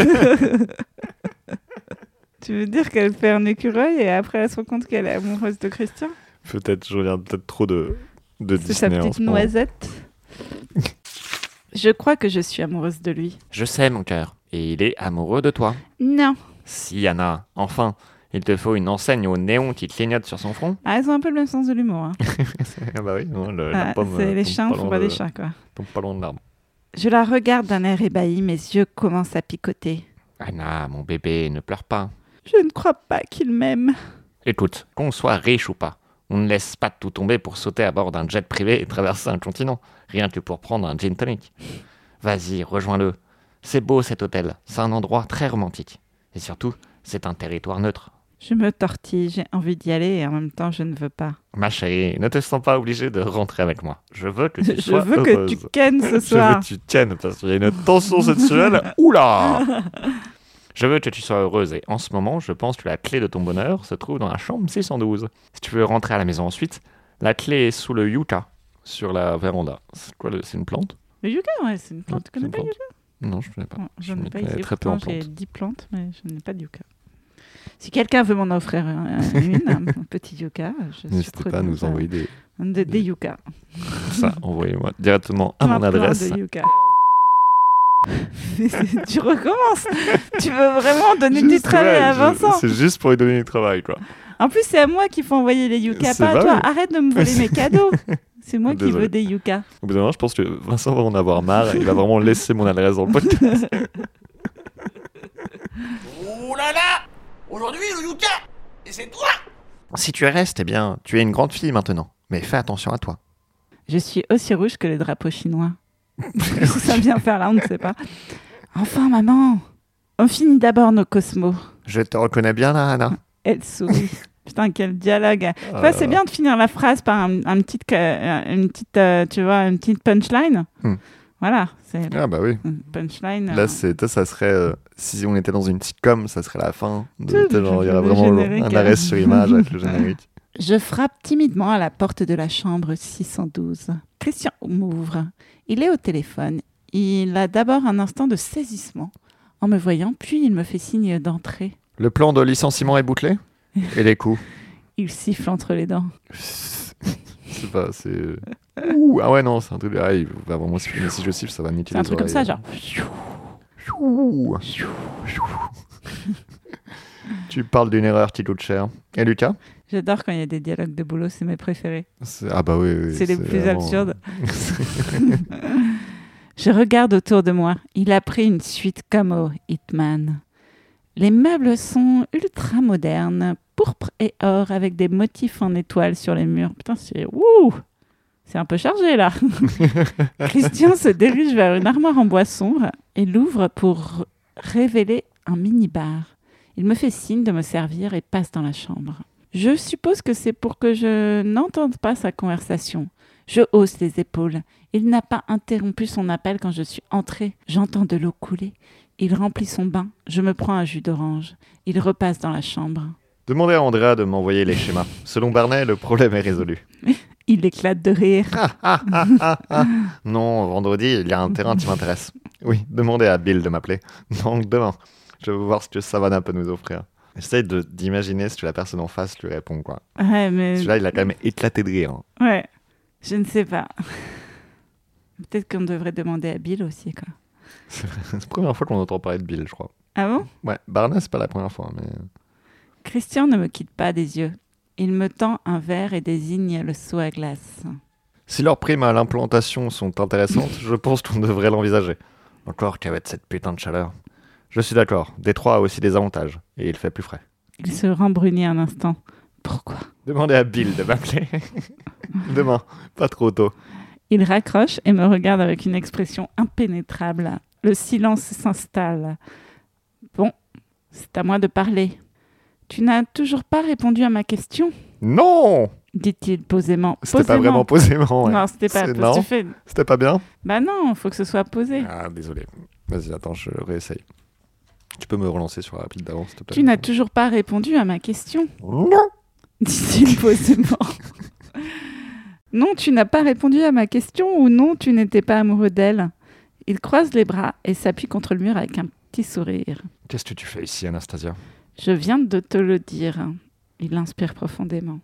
Tu veux dire qu'elle fait un écureuil et après elle se rend compte qu'elle est amoureuse de Christian? Peut-être, je regarde peut-être trop de, de C'est sa Disney en petite ce moment. noisette. Je crois que je suis amoureuse de lui. Je sais, mon cœur. Et il est amoureux de toi. Non. Si, Anna, enfin, il te faut une enseigne au néon qui clignote sur son front. Ah, elles ont un peu le même sens de l'humour. Hein. Ah bah oui, non, le, la Ah, pomme. c'est euh, les tombe chiens, pas font loin pas de- des chats quoi. tombe pas loin de l'arbre. Je la regarde d'un air ébahi, mes yeux commencent à picoter. Anna, mon bébé, ne pleure pas. Je ne crois pas qu'il m'aime. Écoute, qu'on soit riche ou pas, on ne laisse pas tout tomber pour sauter à bord d'un jet privé et traverser un continent, rien que pour prendre un gin tonic. Vas-y, rejoins-le. C'est beau cet hôtel, c'est un endroit très romantique. Et surtout, c'est un territoire neutre. Je me tortille, j'ai envie d'y aller et en même temps je ne veux pas. Ma chérie, ne te sens pas obligée de rentrer avec moi. Je veux que tu Je sois veux heureuse. que tu kennes ce Je veux soir. que tu tiennes parce qu'il y a une tension sexuelle. Oula! Je veux que tu sois heureuse et en ce moment, je pense que la clé de ton bonheur se trouve dans la chambre six cent douze. Si tu veux rentrer à la maison ensuite, la clé est sous le yucca, sur la véranda. C'est quoi le... C'est une plante? Le yucca, ouais, c'est une plante. Tu C'est connais une pas le plante. yucca? Non, je ne connais pas. Non, Je j'en ai m'y pas connais ici. très peu en Pourtant, j'ai plantes. dix plantes, mais je n'ai pas de yucca. Si quelqu'un veut m'en offrir un- un- une, un petit yucca, je suis N'hésitez pas à preneuse. nous envoyer des... Des, des yuccas. ça. Envoyez-moi directement à Plein, mon plein adresse. de yuccas. Tu recommences. Tu veux vraiment donner du Juste, travail ouais, à je- Vincent. C'est juste pour lui donner du travail, quoi. En plus, c'est à moi qu'il faut envoyer les yuccas, C'est pas à pas toi. vrai. Arrête de me voler mes cadeaux. C'est moi qui Désolé. veux des yuccas. Au bout d'un moment, je pense que Vincent va en avoir marre et il va vraiment laisser mon adresse dans le podcast. Oh là là! Aujourd'hui, le Yuka! Et c'est toi! Si tu restes, eh bien, tu es une grande fille maintenant. Mais fais attention à toi. Je suis aussi rouge que les drapeaux chinois. Qu'est-ce que ça vient faire là, on ne sait pas. Enfin, maman, on finit d'abord nos cosmos. Je te reconnais bien là, Anna. Elle sourit. Putain, quel dialogue. Ah Ouais, c'est bien de finir la phrase par un, un petit, euh, une petite, euh, tu vois, une petite punchline. Hmm. Voilà, c'est Ah bah oui. une punchline. Là, euh, c'est, ça, ça serait... euh, si on était dans une sitcom, ça serait la fin. De, Tout, t'sais, genre, il y aurait le vraiment générique. un arrêt sur image avec le générique. Je frappe timidement à la porte de la chambre six cent douze. Christian m'ouvre. Il est au téléphone. Il a d'abord un instant de saisissement en me voyant, puis il me fait signe d'entrer. Le plan de licenciement est bouclé? Et les coups? Il siffle entre les dents. C'est pas... C'est... Ouh, ah ouais, non, c'est un truc... Ah, il va vraiment siffler. Mais si je siffle, ça va niquer C'est un les truc comme ça, oreilles. genre. Ouh. Tu parles d'une erreur qui coûte cher. Et Lucas? J'adore quand il y a des dialogues de boulot, c'est mes préférés. C'est- Ah bah oui, oui. C'est les plus vraiment- absurdes. Je regarde autour de moi. Il a pris une suite comme au Hitman. Les meubles sont ultra modernes, pourpre et or, avec des motifs en étoiles sur les murs. Putain, c'est... Wouh! C'est un peu chargé, là. Christian se dirige vers une armoire en bois sombre et l'ouvre pour révéler un mini-bar. Il me fait signe de me servir et passe dans la chambre. Je suppose que c'est pour que je n'entende pas sa conversation. Je hausse les épaules. Il n'a pas interrompu son appel quand je suis entrée. J'entends de l'eau couler. Il remplit son bain. Je me prends un jus d'orange. Il repasse dans la chambre. Demandez à Andrea de m'envoyer les schémas. Selon Barney, le problème est résolu. Il éclate de rire. Ah, ah, ah, ah, ah. Non, vendredi, il y a un terrain qui m'intéresse. Oui, demandez à Bill de m'appeler. Donc demain, je vais voir ce que Savannah peut nous offrir. Essaye de, d'imaginer ce que la personne en face lui répond, quoi. Ouais, mais... Celui-là, il a quand même éclaté de rire. Ouais, je ne sais pas. Peut-être qu'on devrait demander à Bill aussi, quoi. C'est la première fois qu'on entend parler de Bill, je crois. Ah bon? Ouais, Barney, c'est pas la première fois, mais... Christian ne me quitte pas des yeux. Il me tend un verre et désigne le seau à glace. Si leurs primes à l'implantation sont intéressantes, je pense qu'on devrait l'envisager. Encore qu'avec cette putain de chaleur. Je suis d'accord, Détroit a aussi des avantages, et il fait plus frais. Il se rembrunit un instant. Pourquoi? Demandez à Bill de m'appeler. Demain, pas trop tôt. Il raccroche et me regarde avec une expression impénétrable. Le silence s'installe. Bon, c'est à moi de parler. Tu n'as toujours pas répondu à ma question? Non! Dit-il posément. C'était Posément. pas vraiment posément. Ouais. Non, c'était pas C'est- posé. non. Tu fais... C'était pas bien? Bah non, il faut que ce soit posé. Ah, désolé. Vas-y, attends, je réessaye. Tu peux me relancer sur la rapide d'avant, s'il te plaît? Tu n'as toujours pas répondu à ma question, Non! dit-il posément. Non, tu n'as pas répondu à ma question ou non, tu n'étais pas amoureux d'elle. Il croise les bras et s'appuie contre le mur avec un petit sourire. Qu'est-ce que tu fais ici, Anastasia? Je viens de te le dire. Il inspire profondément.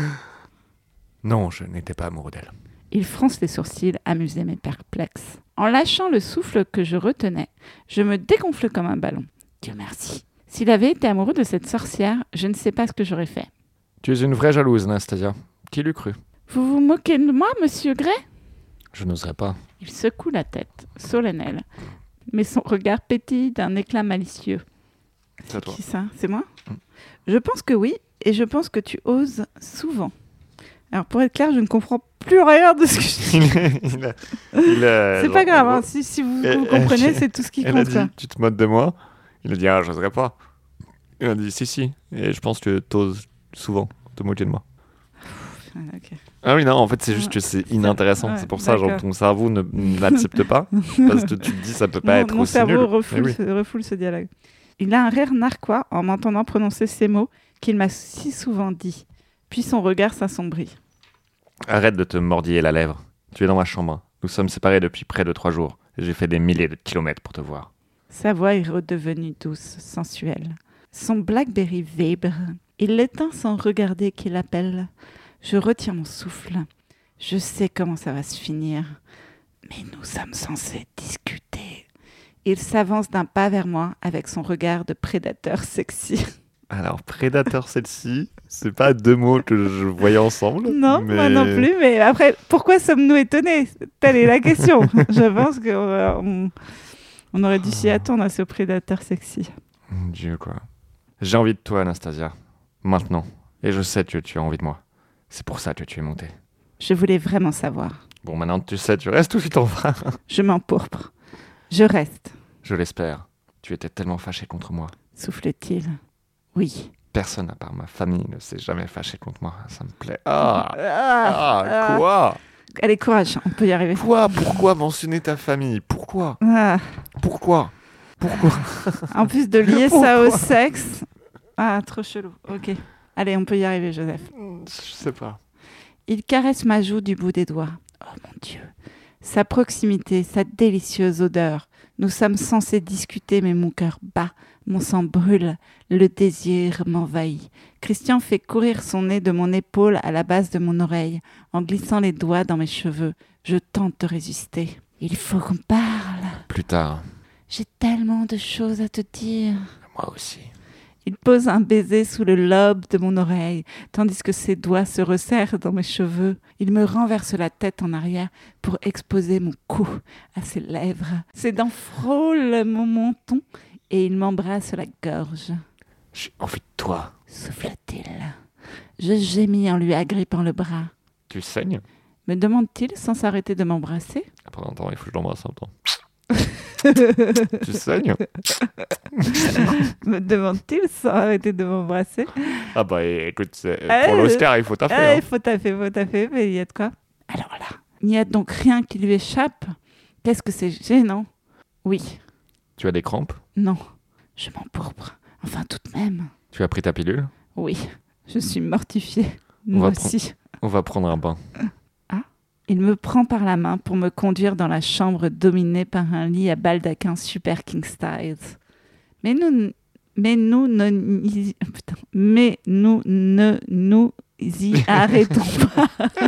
Non, je n'étais pas amoureux d'elle. Il fronce les sourcils, amusé mais perplexe. En lâchant le souffle que je retenais, je me dégonfle comme un ballon. Dieu merci. S'il avait été amoureux de cette sorcière, je ne sais pas ce que j'aurais fait. Tu es une vraie jalouse, Anastasia. Qui l'eût cru? Vous vous moquez de moi, monsieur Gray? Je n'oserais pas. Il secoue la tête, solennel, mais son regard pétille d'un éclat malicieux. C'est à toi. Qui ça? C'est moi? Mm. Je pense que oui, et je pense que tu oses souvent. Alors pour être clair, je ne comprends plus rien de ce que je dis. Il est- il est- il est- C'est genre, pas grave, en hein, gros, si, si vous, elle- vous comprenez, elle- c'est tout ce qui Elle a compte. dit, quoi. tu te moques de moi? Il a dit, ah, j'oserais pas. Il a dit, si, si. Et je pense que t'oses souvent te moquer de moi. Ah, ok. Ah oui, non, en fait, c'est juste que c'est inintéressant. Ouais, c'est pour ça, genre, d'accord. ton cerveau ne, n'accepte pas. Parce que tu te dis, ça peut pas Mon, être mon aussi cerveau nul. refoule, Mais oui. ce, refoule ce dialogue. Il a un rire narquois en m'entendant prononcer ces mots qu'il m'a si souvent dit. Puis son regard s'assombrit. Arrête de te mordiller la lèvre. Tu es dans ma chambre. Nous sommes séparés depuis près de trois jours. Et j'ai fait des milliers de kilomètres pour te voir. Sa voix est redevenue douce, sensuelle. Son Blackberry vibre. Il l'éteint sans regarder qui l'appelle. Je retiens mon souffle. Je sais comment ça va se finir. Mais nous sommes censés discuter. Il s'avance d'un pas vers moi avec son regard de prédateur sexy. Alors, prédateur celle-ci, c'est pas deux mots que je voyais ensemble. Non, mais... moi non plus. Mais après, pourquoi sommes-nous étonnés? Telle est la question. Je pense qu'on on aurait dû s'y attendre à ce prédateur sexy. Mon Dieu, quoi. J'ai envie de toi, Anastasia. Maintenant. Et je sais que tu as envie de moi. C'est pour ça que tu es montée. Je voulais vraiment savoir. Bon, maintenant que tu sais, tu restes ou tu t'en vas? Je m'empourpre. Je reste, Je l'espère. Tu étais tellement fâché contre moi. souffle-t-il. Oui. Personne à part ma famille ne s'est jamais fâché contre moi. Ça me plaît. Ah, Ah, ah quoi? Allez, courage, on peut y arriver. Quoi? Pourquoi mentionner ta famille? Pourquoi? Ah, Pourquoi? Pourquoi? en plus de lier ça au Pourquoi sexe. Ah, trop chelou. Ok. Allez, on peut y arriver, Joseph. Je sais pas. Il caresse ma joue du bout des doigts. Oh mon Dieu. Sa proximité, sa délicieuse odeur. Nous sommes censés discuter, mais mon cœur bat, mon sang brûle, le désir m'envahit. Christian fait courir son nez de mon épaule à la base de mon oreille, en glissant les doigts dans mes cheveux. Je tente de résister. Il faut qu'on parle. Plus tard. J'ai tellement de choses à te dire. Moi aussi. Il pose un baiser sous le lobe de mon oreille, tandis que ses doigts se resserrent dans mes cheveux. Il me renverse la tête en arrière pour exposer mon cou à ses lèvres. Ses dents frôlent mon menton. et il m'embrasse la gorge. J'ai envie de toi. Souffle-t-il. Je gémis en lui agrippant le bras. Tu saignes? Me demande-t-il sans s'arrêter de m'embrasser? Pendant un temps, il faut que je l'embrasse en même temps. Tu saignes? Me demande-t-il sans arrêter de m'embrasser? Ah bah écoute, c'est... Euh, pour l'Oscar, il faut taffer. Ah, hein. il faut taffer, faut taffer, mais il y a de quoi. Alors là, il n'y a donc rien qui lui échappe. Qu'est-ce que c'est gênant? Oui, Tu as des crampes? non, je m'empourpre. Enfin, tout de même. Tu as pris ta pilule? Oui, je suis mortifiée. On Moi va prendre- aussi. On va prendre un bain. Il me prend par la main pour me conduire dans la chambre dominée par un lit à baldaquin super king style. Mais nous, mais nous ne, n'y- putain, mais nous ne nous y arrêtons pas.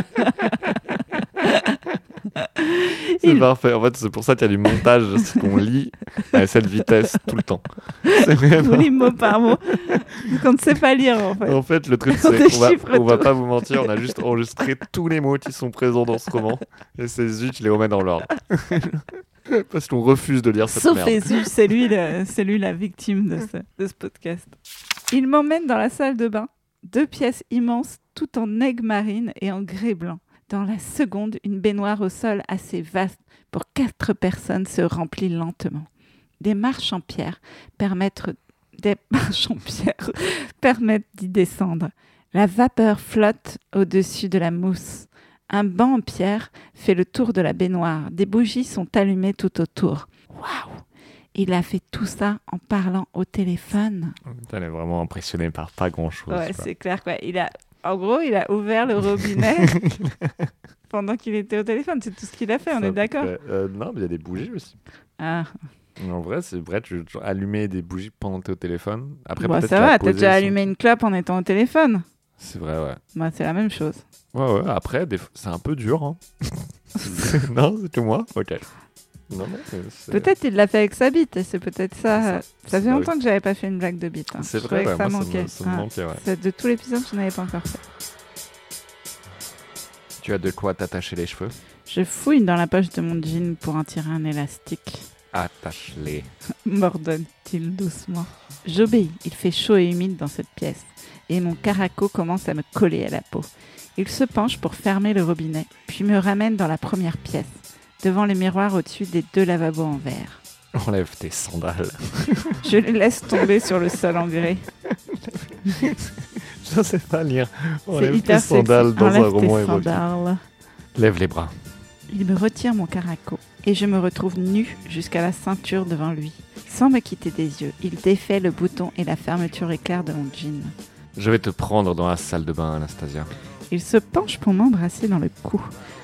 C'est Il- parfait. En fait, c'est pour ça qu'il y a du montage, c'est qu'on lit à cette vitesse tout le temps. C'est vraiment... Oui, mot par mot. Parce qu'on ne sait pas lire, en fait. En fait, le truc, On c'est qu'on va, déchiffre on va tout. pas vous mentir, on a juste enregistré tous les mots qui sont présents dans ce roman. Et c'est Zu qui les remet dans l'ordre. Parce qu'on refuse de lire cette Sauf merde. Jésus, c'est lui, le- c'est lui la victime de ce, de ce podcast. Il m'emmène dans la salle de bain, deux pièces immenses, tout en aigue marine et en grès blanc. Dans la seconde, une baignoire au sol assez vaste pour quatre personnes se remplit lentement. Des marches en pierre permettent, des marches en pierre permettent d'y descendre. La vapeur flotte au-dessus de la mousse. Un banc en pierre fait le tour de la baignoire. Des bougies sont allumées tout autour. Waouh! Il a fait tout ça en parlant au téléphone. Elle est vraiment impressionnée par pas grand-chose. Ouais, quoi. c'est clair, quoi. Il a, en gros, il a ouvert le robinet pendant qu'il était au téléphone. C'est tout ce qu'il a fait, on Ça est d'accord? fait- euh, Non, mais il y a des bougies aussi. Ah, En vrai, c'est vrai, tu tu- allumer des bougies pendant que t'es au téléphone. Après, bon, peut-être ça qu'il a va, t'as posé déjà son- allumé une clope en étant au téléphone. C'est vrai, ouais. Bah, c'est la même chose. Ouais, ouais. Après, des fois- c'est un peu dur. Hein. Non, c'est que moi. Ok. Non, non, c'est- c'est- Peut-être il l'a fait avec sa bite, et c'est peut-être ça. C'est euh, ça. Ça fait Bah longtemps que j'avais pas fait une blague de bite. hein. C'est Je vrai, trouvais ouais, que ça moi, ça me- manquait. ça me Ah, manquait, ouais. c'est de tout l'épisode, je n'avais pas encore fait. Tu as de quoi t'attacher les cheveux? Je fouille dans la poche de mon jean pour en tirer un élastique. Attache-les. M'ordonne-t-il doucement. J'obéis. Il fait chaud et humide dans cette pièce. Et mon caraco commence à me coller à la peau. Il se penche pour fermer le robinet, puis me ramène dans la première pièce, devant les miroirs au-dessus des deux lavabos en verre. Enlève tes sandales. Je les laisse tomber sur le sol en grès. Je sais pas lire. C'est Enlève tes hyper sexy. sandales dans un Enlève tes roman érotique. sandales. Lève les bras. Il me retire mon caraco et je me retrouve nue jusqu'à la ceinture devant lui. Sans me quitter des yeux, il défait le bouton et la fermeture éclair de mon jean. Je vais te prendre dans la salle de bain, Anastasia. Il se penche pour m'embrasser dans le cou.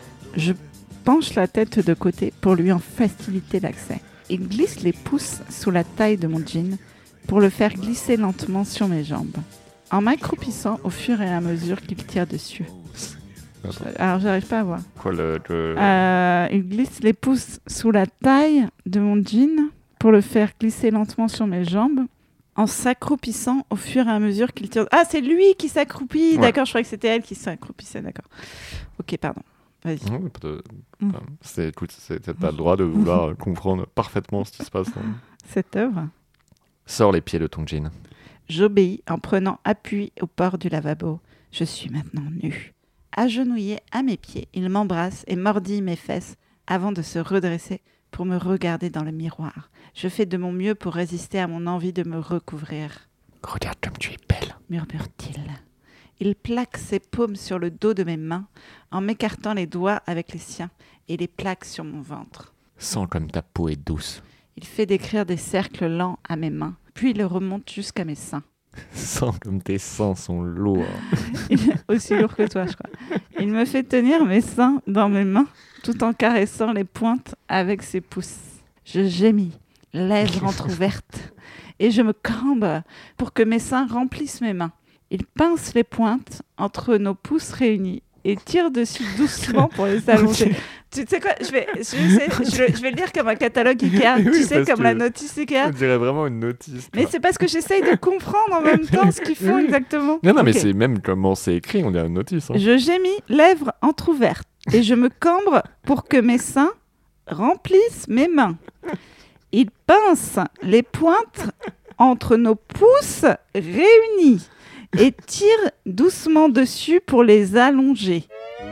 Je penche la tête de côté pour lui en faciliter l'accès. Il glisse les pouces sous la taille de mon jean pour le faire glisser lentement sur mes jambes, en m'accroupissant au fur et à mesure qu'il tire dessus. Attends, Alors, j'arrive pas à voir. quoi le... le- Euh, il glisse les pouces sous la taille de mon jean pour le faire glisser lentement sur mes jambes, en s'accroupissant au fur et à mesure qu'il tire. Ah, c'est lui qui s'accroupit. Ouais. D'accord, je croyais que c'était elle qui s'accroupissait. D'accord. Ok, pardon. Vas-y. Non, mais pas de- Mm. enfin, c'est, écoute, c'est, t'as le droit de vouloir euh, comprendre parfaitement ce qui se passe. hein. Cette œuvre. Sors les pieds de ton jean. J'obéis en prenant appui au port du lavabo. Je suis maintenant nue. Agenouillé à mes pieds, il m'embrasse et mordit mes fesses avant de se redresser pour me regarder dans le miroir. Je fais de mon mieux pour résister à mon envie de me recouvrir. Regarde comme tu es belle. Murmure-t-il. Il plaque ses paumes sur le dos de mes mains en m'écartant les doigts avec les siens et les plaque sur mon ventre. Sens comme ta peau est douce. Il fait décrire des cercles lents à mes mains, puis il remonte jusqu'à mes seins. Sens comme tes seins sont lourds. Il est aussi lourd que toi, je crois. Il me fait tenir mes seins dans mes mains tout en caressant les pointes avec ses pouces. Je gémis, lèvres entrouvertes, et je me cambre pour que mes seins remplissent mes mains. Il pince les pointes entre nos pouces réunis et tire dessus doucement pour les allonger. Tu sais quoi, je vais, je, sais, je, vais- je vais le lire comme un catalogue Ikea, Oui, tu sais, parce comme que- la notice Ikea. On dirait vraiment une notice. Mais quoi. c'est parce que j'essaye de comprendre en même temps ce qu'ils font Oui. exactement. Non, non, mais Ok. c'est même comment c'est écrit, on dirait une notice. hein. Je gémis, lèvres entrouvertes, et je me cambre pour que mes seins remplissent mes mains. Il pince les pointes entre nos pouces réunis et tire doucement dessus pour les allonger.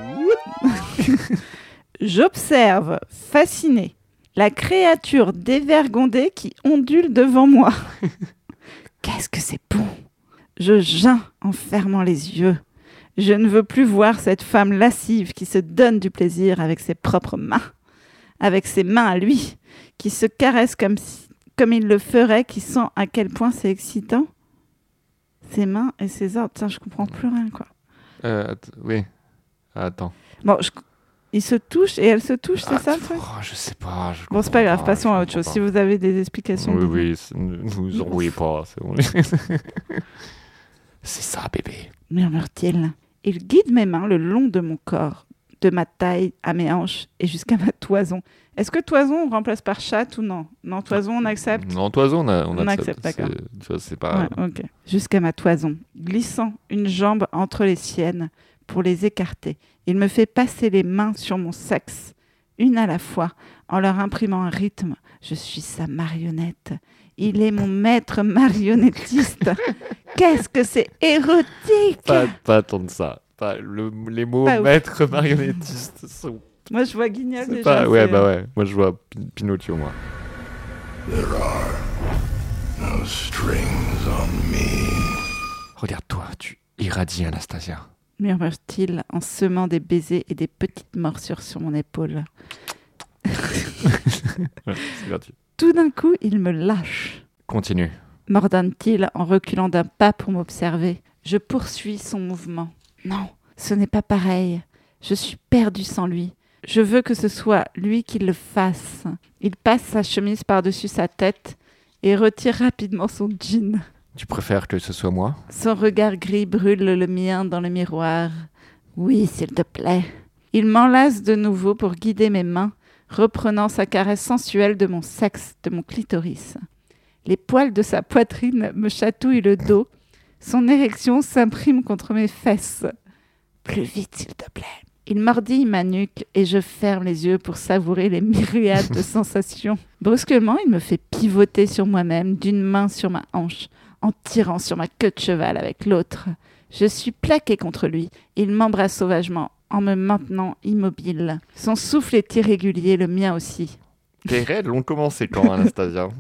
J'observe, fasciné, la créature dévergondée qui ondule devant moi. Qu'est-ce que c'est bon! Je geins en fermant les yeux. Je ne veux plus voir cette femme lascive qui se donne du plaisir avec ses propres mains, avec ses mains à lui, qui se caresse comme, si, comme il le ferait, qui sent à quel point c'est excitant. Ses mains et ses ordres. Tiens, je comprends plus rien, quoi. Euh, att- oui. Attends. Bon, je... il se touche et elle se touche, c'est Ah, ça le truc? oh, je sais pas. Je Bon, c'est pas comprends grave, passons je à autre chose. comprends Si vous avez des explications. pas. Oui, dites-moi. oui, c'est- ne vous enrouillez pas. C'est, bon. C'est ça, bébé. Murmure-t-il. Il guide mes mains le long de mon corps, de ma taille à mes hanches et jusqu'à ma toison. Est-ce que toison on remplace par chatte ou non? Non, toison on accepte. Non, toison, on, a, on, On accepte. accepte, d'accord. C'est, tu vois, c'est pas... Ouais, ok. Jusqu'à ma toison, glissant une jambe entre les siennes pour les écarter. Il me fait passer les mains sur mon sexe, une à la fois, en leur imprimant un rythme. Je suis sa marionnette. Il est mon maître marionnettiste. Qu'est-ce que c'est érotique! Pas, pas tant de ça. Pas, le, les mots Pas ouf. maître marionnettiste sont... Moi, je vois Guignol C'est déjà. pas... Ouais, c'est- bah ouais. Moi, je vois Pin- Pinocchio, moi. There are no strings on me. Regarde-toi, tu irradies Anastasia. Murmure-t-il en semant des baisers et des petites morsures sur mon épaule. Ouais, c'est gratuit. Tout d'un coup, il me lâche. Continue. M'ordonne-t-il en reculant d'un pas pour m'observer. Je poursuis son mouvement. Non, ce n'est pas pareil. Je suis perdue sans lui. Je veux que ce soit lui qui le fasse. Il passe sa chemise par-dessus sa tête et retire rapidement son jean. Tu préfères que ce soit moi? Son regard gris brûle le mien dans le miroir. Oui, s'il te plaît. Il m'enlace de nouveau pour guider mes mains, reprenant sa caresse sensuelle de mon sexe, de mon clitoris. Les poils de sa poitrine me chatouillent le dos. Son érection s'imprime contre mes fesses. Plus vite, s'il te plaît. Il mordille ma nuque et je ferme les yeux pour savourer les myriades de sensations. Brusquement, il me fait pivoter sur moi-même, d'une main sur ma hanche, en tirant sur ma queue de cheval avec l'autre. Je suis plaquée contre lui. Il m'embrasse sauvagement, en me maintenant immobile. Son souffle est irrégulier, le mien aussi. Tes règles ont commencé quand, Anastasia?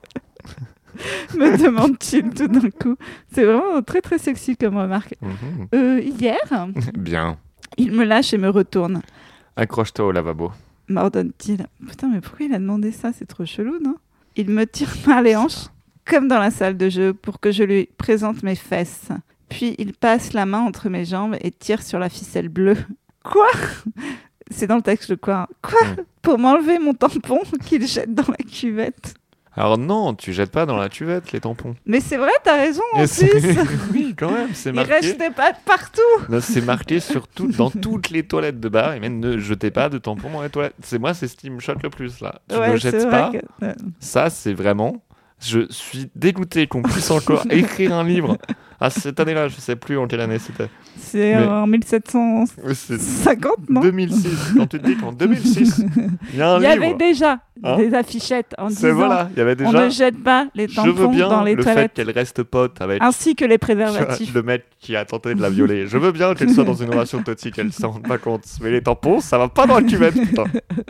Me demande-t-il tout d'un coup. C'est vraiment très très sexy comme remarque. Mhm. Euh, hier, Bien. il me lâche et me retourne. Accroche-toi au lavabo. M'ordonne-t-il. Putain, mais pourquoi il a demandé ça? C'est trop chelou, non? Il me tire par les hanches, comme dans la salle de jeu, pour que je lui présente mes fesses. Puis il passe la main entre mes jambes et tire sur la ficelle bleue. Quoi? C'est dans le texte, quoi. Quoi? Mm. Pour m'enlever mon tampon qu'il jette dans la cuvette. Alors non, tu jettes pas dans la cuvette les tampons. Mais c'est vrai, t'as raison, en Et plus. c'est- Oui, quand même, c'est Il marqué. restait pas partout. Non, c'est marqué sur tout, dans toutes les toilettes de bar. Et même ne jetez pas de tampons dans les toilettes. C'est moi, c'est ce qui me choque le plus là. Tu Ouais, ne c'est jettes vrai pas. que- euh, Ça, c'est vraiment. Je suis dégoûté qu'on puisse encore écrire un livre à cette année-là. Je sais plus en quelle année c'était. C'est Mais- en mille sept cent C'est cinquante, non? deux mille six. Quand tu te dis qu'en deux mille six, il y a un Il y livre. avait déjà Hein des affichettes en C'est disant voilà, il y avait on déjà. ne jette pas les Je veux tampons bien dans les le fait toilettes, qu'elle reste pote avec ainsi que les préservatifs. le mec qui a tenté de la violer. Je veux bien qu'elle soit dans une relation toxique, elle s'en rend pas compte. Mais les tampons, ça va pas dans la cuvette, putain.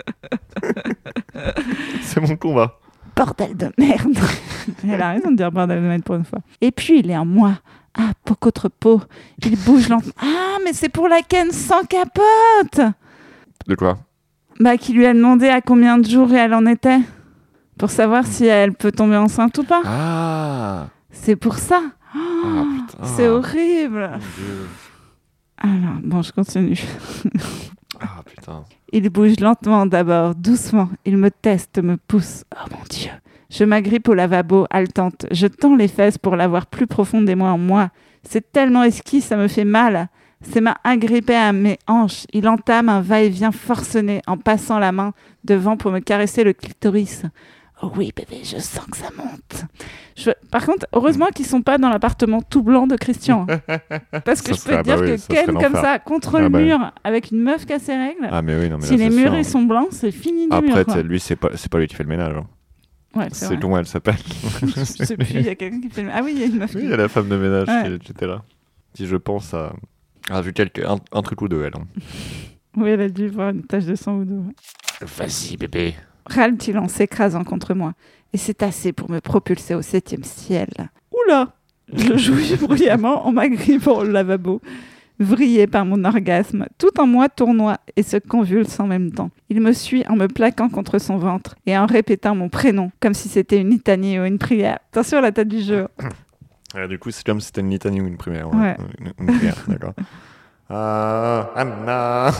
C'est mon combat. Bordel de merde. Elle a raison de dire bordel de merde pour une fois. Et puis il est en moi. Ah, peau contre peau. Il bouge lentement. Ah, mais c'est pour la Ken sans capote. De quoi? Bah, qui lui a demandé à combien de jours elle en était. Pour savoir si elle peut tomber enceinte ou pas. Ah, C'est pour ça. ah putain. C'est horrible. Mon Dieu. Alors, bon, je continue. Ah putain. Il bouge lentement d'abord, doucement. Il me teste, me pousse. Oh mon Dieu. Je m'agrippe au lavabo, haletante. Je tends les fesses pour l'avoir plus profondément en moi. C'est tellement esquis, ça me fait mal. Ses mains agrippées à mes hanches. Il entame un va-et-vient forcené en passant la main devant pour me caresser le clitoris. Oh oui, bébé, je sens que ça monte. Je... Par contre, heureusement qu'ils sont pas dans l'appartement tout blanc de Christian. Parce que Ça je serait- peux te ah dire bah oui, que ça serait Ken, comme l'enfer. ça, contre Ah le bah oui. mur, avec une meuf qui a ses règles, Ah mais oui, non mais si là, les c'est murs sûr. ils sont blancs, c'est fini du Après, mur. tu quoi. sais, lui, c'est pas, c'est pas lui qui fait le ménage. hein. Ouais, c'est, C'est vrai. long, elle s'appelle. Je sais plus, il y a quelqu'un qui fait... Ah oui, il y a une meuf Oui, qui... il y a la femme de ménage, Ouais. qui- et cetera. Si je pense à... Ah, vu quelque... un, un truc ou deux, elle. hein. Oui, elle a dû voir une tache de sang ou deux. Vas-y, bébé. Râle-t-il en s'écrasant contre moi. Et c'est assez pour me propulser au septième ciel. Oula! Je jouis bruyamment en m'agrippant au lavabo, vrillé par mon orgasme. Tout en moi tournoie et se convulse en même temps. Il me suit en me plaquant contre son ventre et en répétant mon prénom, comme si c'était une litanie ou une prière. Attention à la tête du jeu. Ah, du coup, c'est comme si c'était une litanie ou une primaire. Ouais. Une, une prière, d'accord. Ah, Anna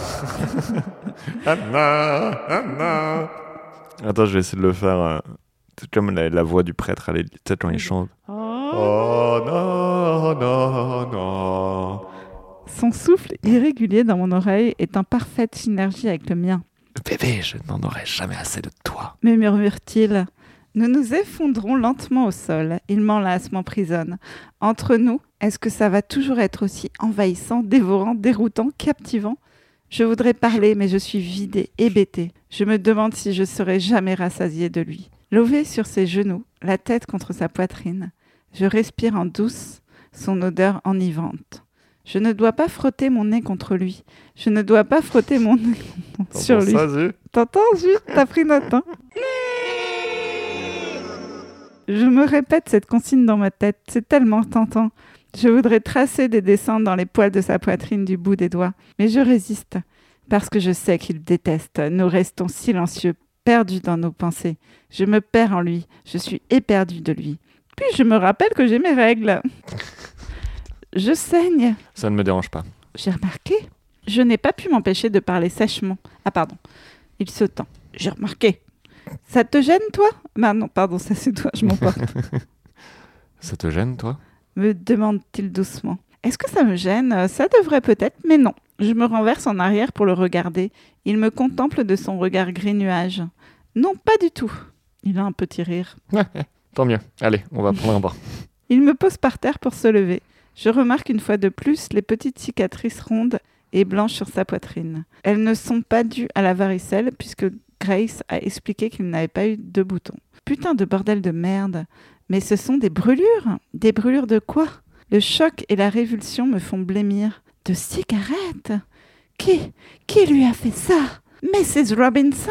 Anna Anna Attends, je vais essayer de le faire. euh, C'est comme la, la voix du prêtre à l'église, tu sais, quand il chante. Oh non, non, non. Son souffle irrégulier dans mon oreille est en parfaite synergie avec le mien. Bébé, je n'en aurai jamais assez de toi. Me murmure-t-il. Nous nous effondrons lentement au sol. Il m'enlace, m'emprisonne. Entre nous, est-ce que ça va toujours être aussi envahissant, dévorant, déroutant, captivant ? Je voudrais parler, mais je suis vidée, hébétée. Je me demande si je serai jamais rassasiée de lui. Lové sur ses genoux, la tête contre sa poitrine, je respire en douce son odeur enivrante. Je ne dois pas frotter mon nez contre lui. Je ne dois pas frotter mon nez sur T'entends lui. ça, Zu T'entends, juste, t'as pris note, hein ? Je me répète cette consigne dans ma tête, c'est tellement tentant. Je voudrais tracer des dessins dans les poils de sa poitrine du bout des doigts, mais je résiste, parce que je sais qu'il déteste. Nous restons silencieux, perdus dans nos pensées. Je me perds en lui, je suis éperdue de lui. Puis je me rappelle que j'ai mes règles. Je saigne. Ça ne me dérange pas. J'ai remarqué. Je n'ai pas pu m'empêcher de parler sèchement. Ah pardon, il se tend. J'ai remarqué. Ça te gêne, toi ? Bah non, pardon, ça c'est toi, je m'emporte. Ça te gêne, toi ? Me demande-t-il doucement. Est-ce que ça me gêne ? Ça devrait peut-être, mais non. Je me renverse en arrière pour le regarder. Il me contemple de son regard gris nuage. Non, pas du tout. Il a un petit rire. Tant mieux. Allez, on va prendre un bain. Il me pose par terre pour se lever. Je remarque une fois de plus les petites cicatrices rondes et blanches sur sa poitrine. Elles ne sont pas dues à la varicelle puisque Grace a expliqué qu'il n'avait pas eu de boutons. Putain de bordel de merde. Mais ce sont des brûlures. Des brûlures de quoi ? Le choc et la révulsion me font blêmir. De cigarettes ? Qui Qui lui a fait ça ? missus Robinson ?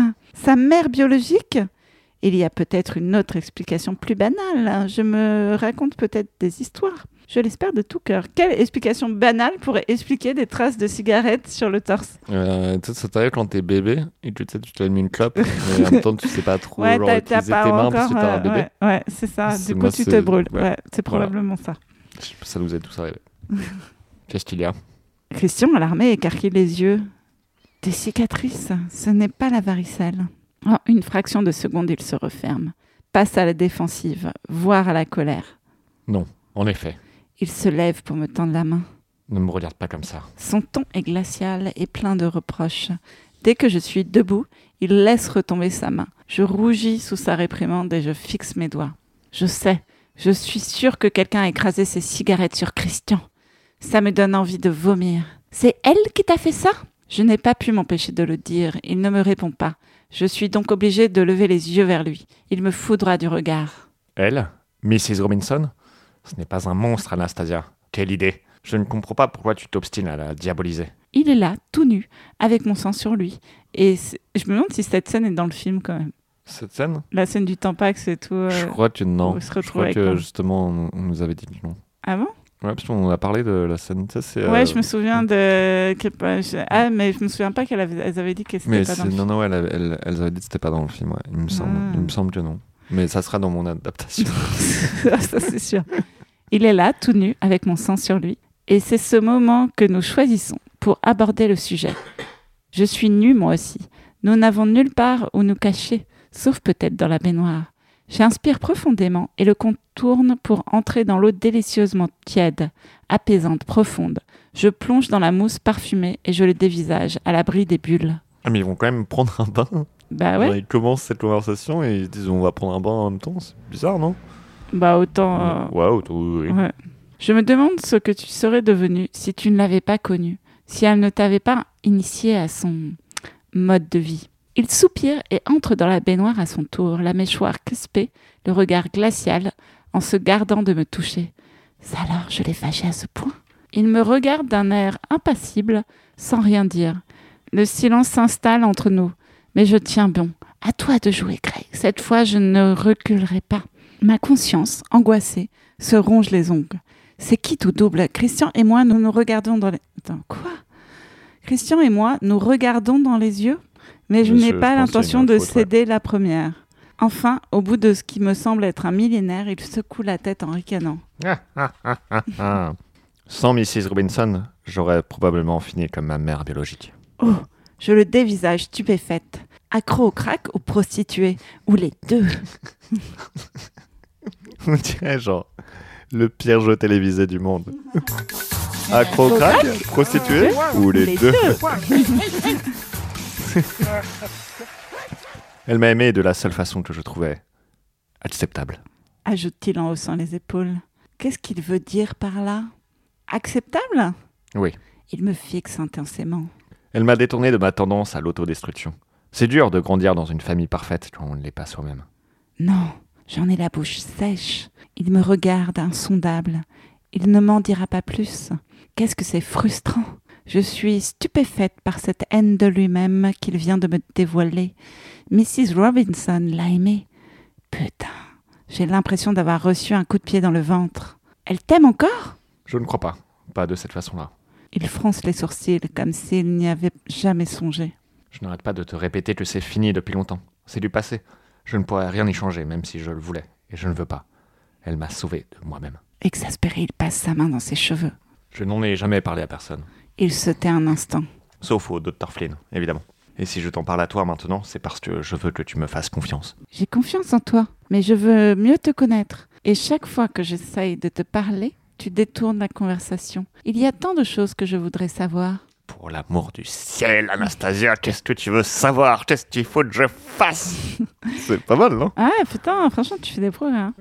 Sa mère biologique ? Il y a peut-être une autre explication plus banale. Je me raconte peut-être des histoires. Je l'espère de tout cœur. Quelle explication banale pourrait expliquer des traces de cigarettes sur le torse ? Euh, tu sais, ça t'arrive quand t'es bébé et que tu sais, tu t'as mis une clope, mais en même temps, tu sais pas trop Ouais, genre, t'as, utiliser t'as tes pas mains encore. parce que t'as un ouais, bébé. ouais, ouais, c'est ça. C'est- Du coup, moi, tu c'est- te brûles. ouais, Ouais, c'est voilà. probablement ça. Ça nous est tous arrivé. Qu'est-ce qu'il y a ? Christian, alarmé, écarquille les yeux. Des cicatrices, ce n'est pas la varicelle. En une fraction de seconde, il se referme, passe à la défensive, voire à la colère. En effet, Il se lève pour me tendre la main. ne me regarde pas comme ça. Son ton est glacial et plein de reproches. Dès que je suis debout, il laisse retomber sa main. Je rougis sous sa réprimande et je fixe mes doigts. Je sais, je suis sûre que quelqu'un a écrasé ses cigarettes sur Christian. Ça me donne envie de vomir. C'est elle qui t'a fait ça ? Je n'ai pas pu m'empêcher de le dire. Il ne me répond pas. Je suis donc obligée de lever les yeux vers lui. Il me foudroie du regard. Elle ? missus Robinson ? Ce n'est pas un monstre, Anastasia. Quelle idée. Je ne comprends pas pourquoi tu t'obstines à la diaboliser. Il est là, tout nu, avec mon sang sur lui. Et c'est- je me demande si cette scène est dans le film quand même. Cette scène ? La scène du Tampax et tout. euh, Je crois que non. on se Je retrouve crois avec que quoi justement, on, on nous avait dit que non. Ah bon ? Ouais, parce qu'on a parlé de la scène. Ça, c'est, Ouais, euh, je me souviens de. que- je- Ah, mais je me souviens pas qu'elles avaient, elles avaient dit que c'était Mais pas dans c'est... le non, film. non, elles, elles, elles avaient dit que c'était pas dans le film, ouais. Il me semble. Ah. Il me semble que non. Mais ça sera dans mon adaptation. Ça, c'est sûr. Il est là, tout nu, avec mon sang sur lui. Et c'est ce moment que nous choisissons pour aborder le sujet. Je suis nue, moi aussi. Nous n'avons nulle part où nous cacher, sauf peut-être dans la baignoire. J'inspire profondément et le contourne pour entrer dans l'eau délicieusement tiède, apaisante, profonde. Je plonge dans la mousse parfumée et je le dévisage, à l'abri des bulles. Ah, mais ils vont quand même prendre un bain. Bah Genre, ouais, ils commencent cette conversation et ils disent on va prendre un bain en même temps. C'est bizarre, non ? bah autant... euh, Waouh, oui. Ouais. Je me demande ce que tu serais devenu si tu ne l'avais pas connue, si elle ne t'avait pas initié à son mode de vie. Il soupire et entre dans la baignoire à son tour, la mâchoire crispée, le regard glacial, en se gardant de me toucher. Ça alors, je l'ai fâché à ce point. Il me regarde d'un air impassible, sans rien dire. Le silence s'installe entre nous, mais je tiens bon. À toi de jouer, Greg. Cette fois, je ne reculerai pas. Ma conscience, angoissée, se ronge les ongles. C'est qui tout double ? Christian et moi, nous nous regardons dans les... Attends, quoi ? Christian et moi, nous regardons dans les yeux, mais je Monsieur, n'ai pas je pense l'intention que c'est de une faute, céder la première. Enfin, au bout de ce qui me semble être un millénaire, il secoue la tête en ricanant. Sans missus Robinson, j'aurais probablement fini comme ma mère biologique. Oh, je le dévisage stupéfaite. Accro au crack ou prostituée, ou les deux. On dirait genre le pire jeu télévisé du monde. Accro au crack, prostituée ou les, Les deux, deux. Elle m'a aimé de la seule façon que je trouvais acceptable. Ajoute-t-il en haussant les épaules. Qu'est-ce qu'il veut dire par là ? Acceptable ? Oui. Il me fixe intensément. Elle m'a détourné de ma tendance à l'autodestruction. C'est dur de grandir dans une famille parfaite quand on ne l'est pas soi-même. Non, j'en ai la bouche sèche. Il me regarde insondable. Il ne m'en dira pas plus. Qu'est-ce que c'est frustrant. Je suis stupéfaite par cette haine de lui-même qu'il vient de me dévoiler. missus Robinson l'a aimé. Putain, j'ai l'impression d'avoir reçu un coup de pied dans le ventre. Elle t'aime encore ? Je ne crois pas. Pas de cette façon-là. Il fronce les sourcils comme s'il n'y avait jamais songé. Je n'arrête pas de te répéter que c'est fini depuis longtemps. C'est du passé. Je ne pourrais rien y changer, même si je le voulais. Et je ne veux pas. Elle m'a sauvé de moi-même. Exaspéré, il passe sa main dans ses cheveux. Je n'en ai jamais parlé à personne. Il se tait un instant. Sauf au docteur Flynn, évidemment. Et si je t'en parle à toi maintenant, c'est parce que je veux que tu me fasses confiance. J'ai confiance en toi, mais je veux mieux te connaître. Et chaque fois que j'essaye de te parler, tu détournes la conversation. Il y a tant de choses que je voudrais savoir. Pour l'amour du ciel, Anastasia, qu'est-ce que tu veux savoir ? Qu'est-ce qu'il faut que je fasse ? C'est pas mal, non ? Ah putain, franchement, tu fais des progrès. Hein.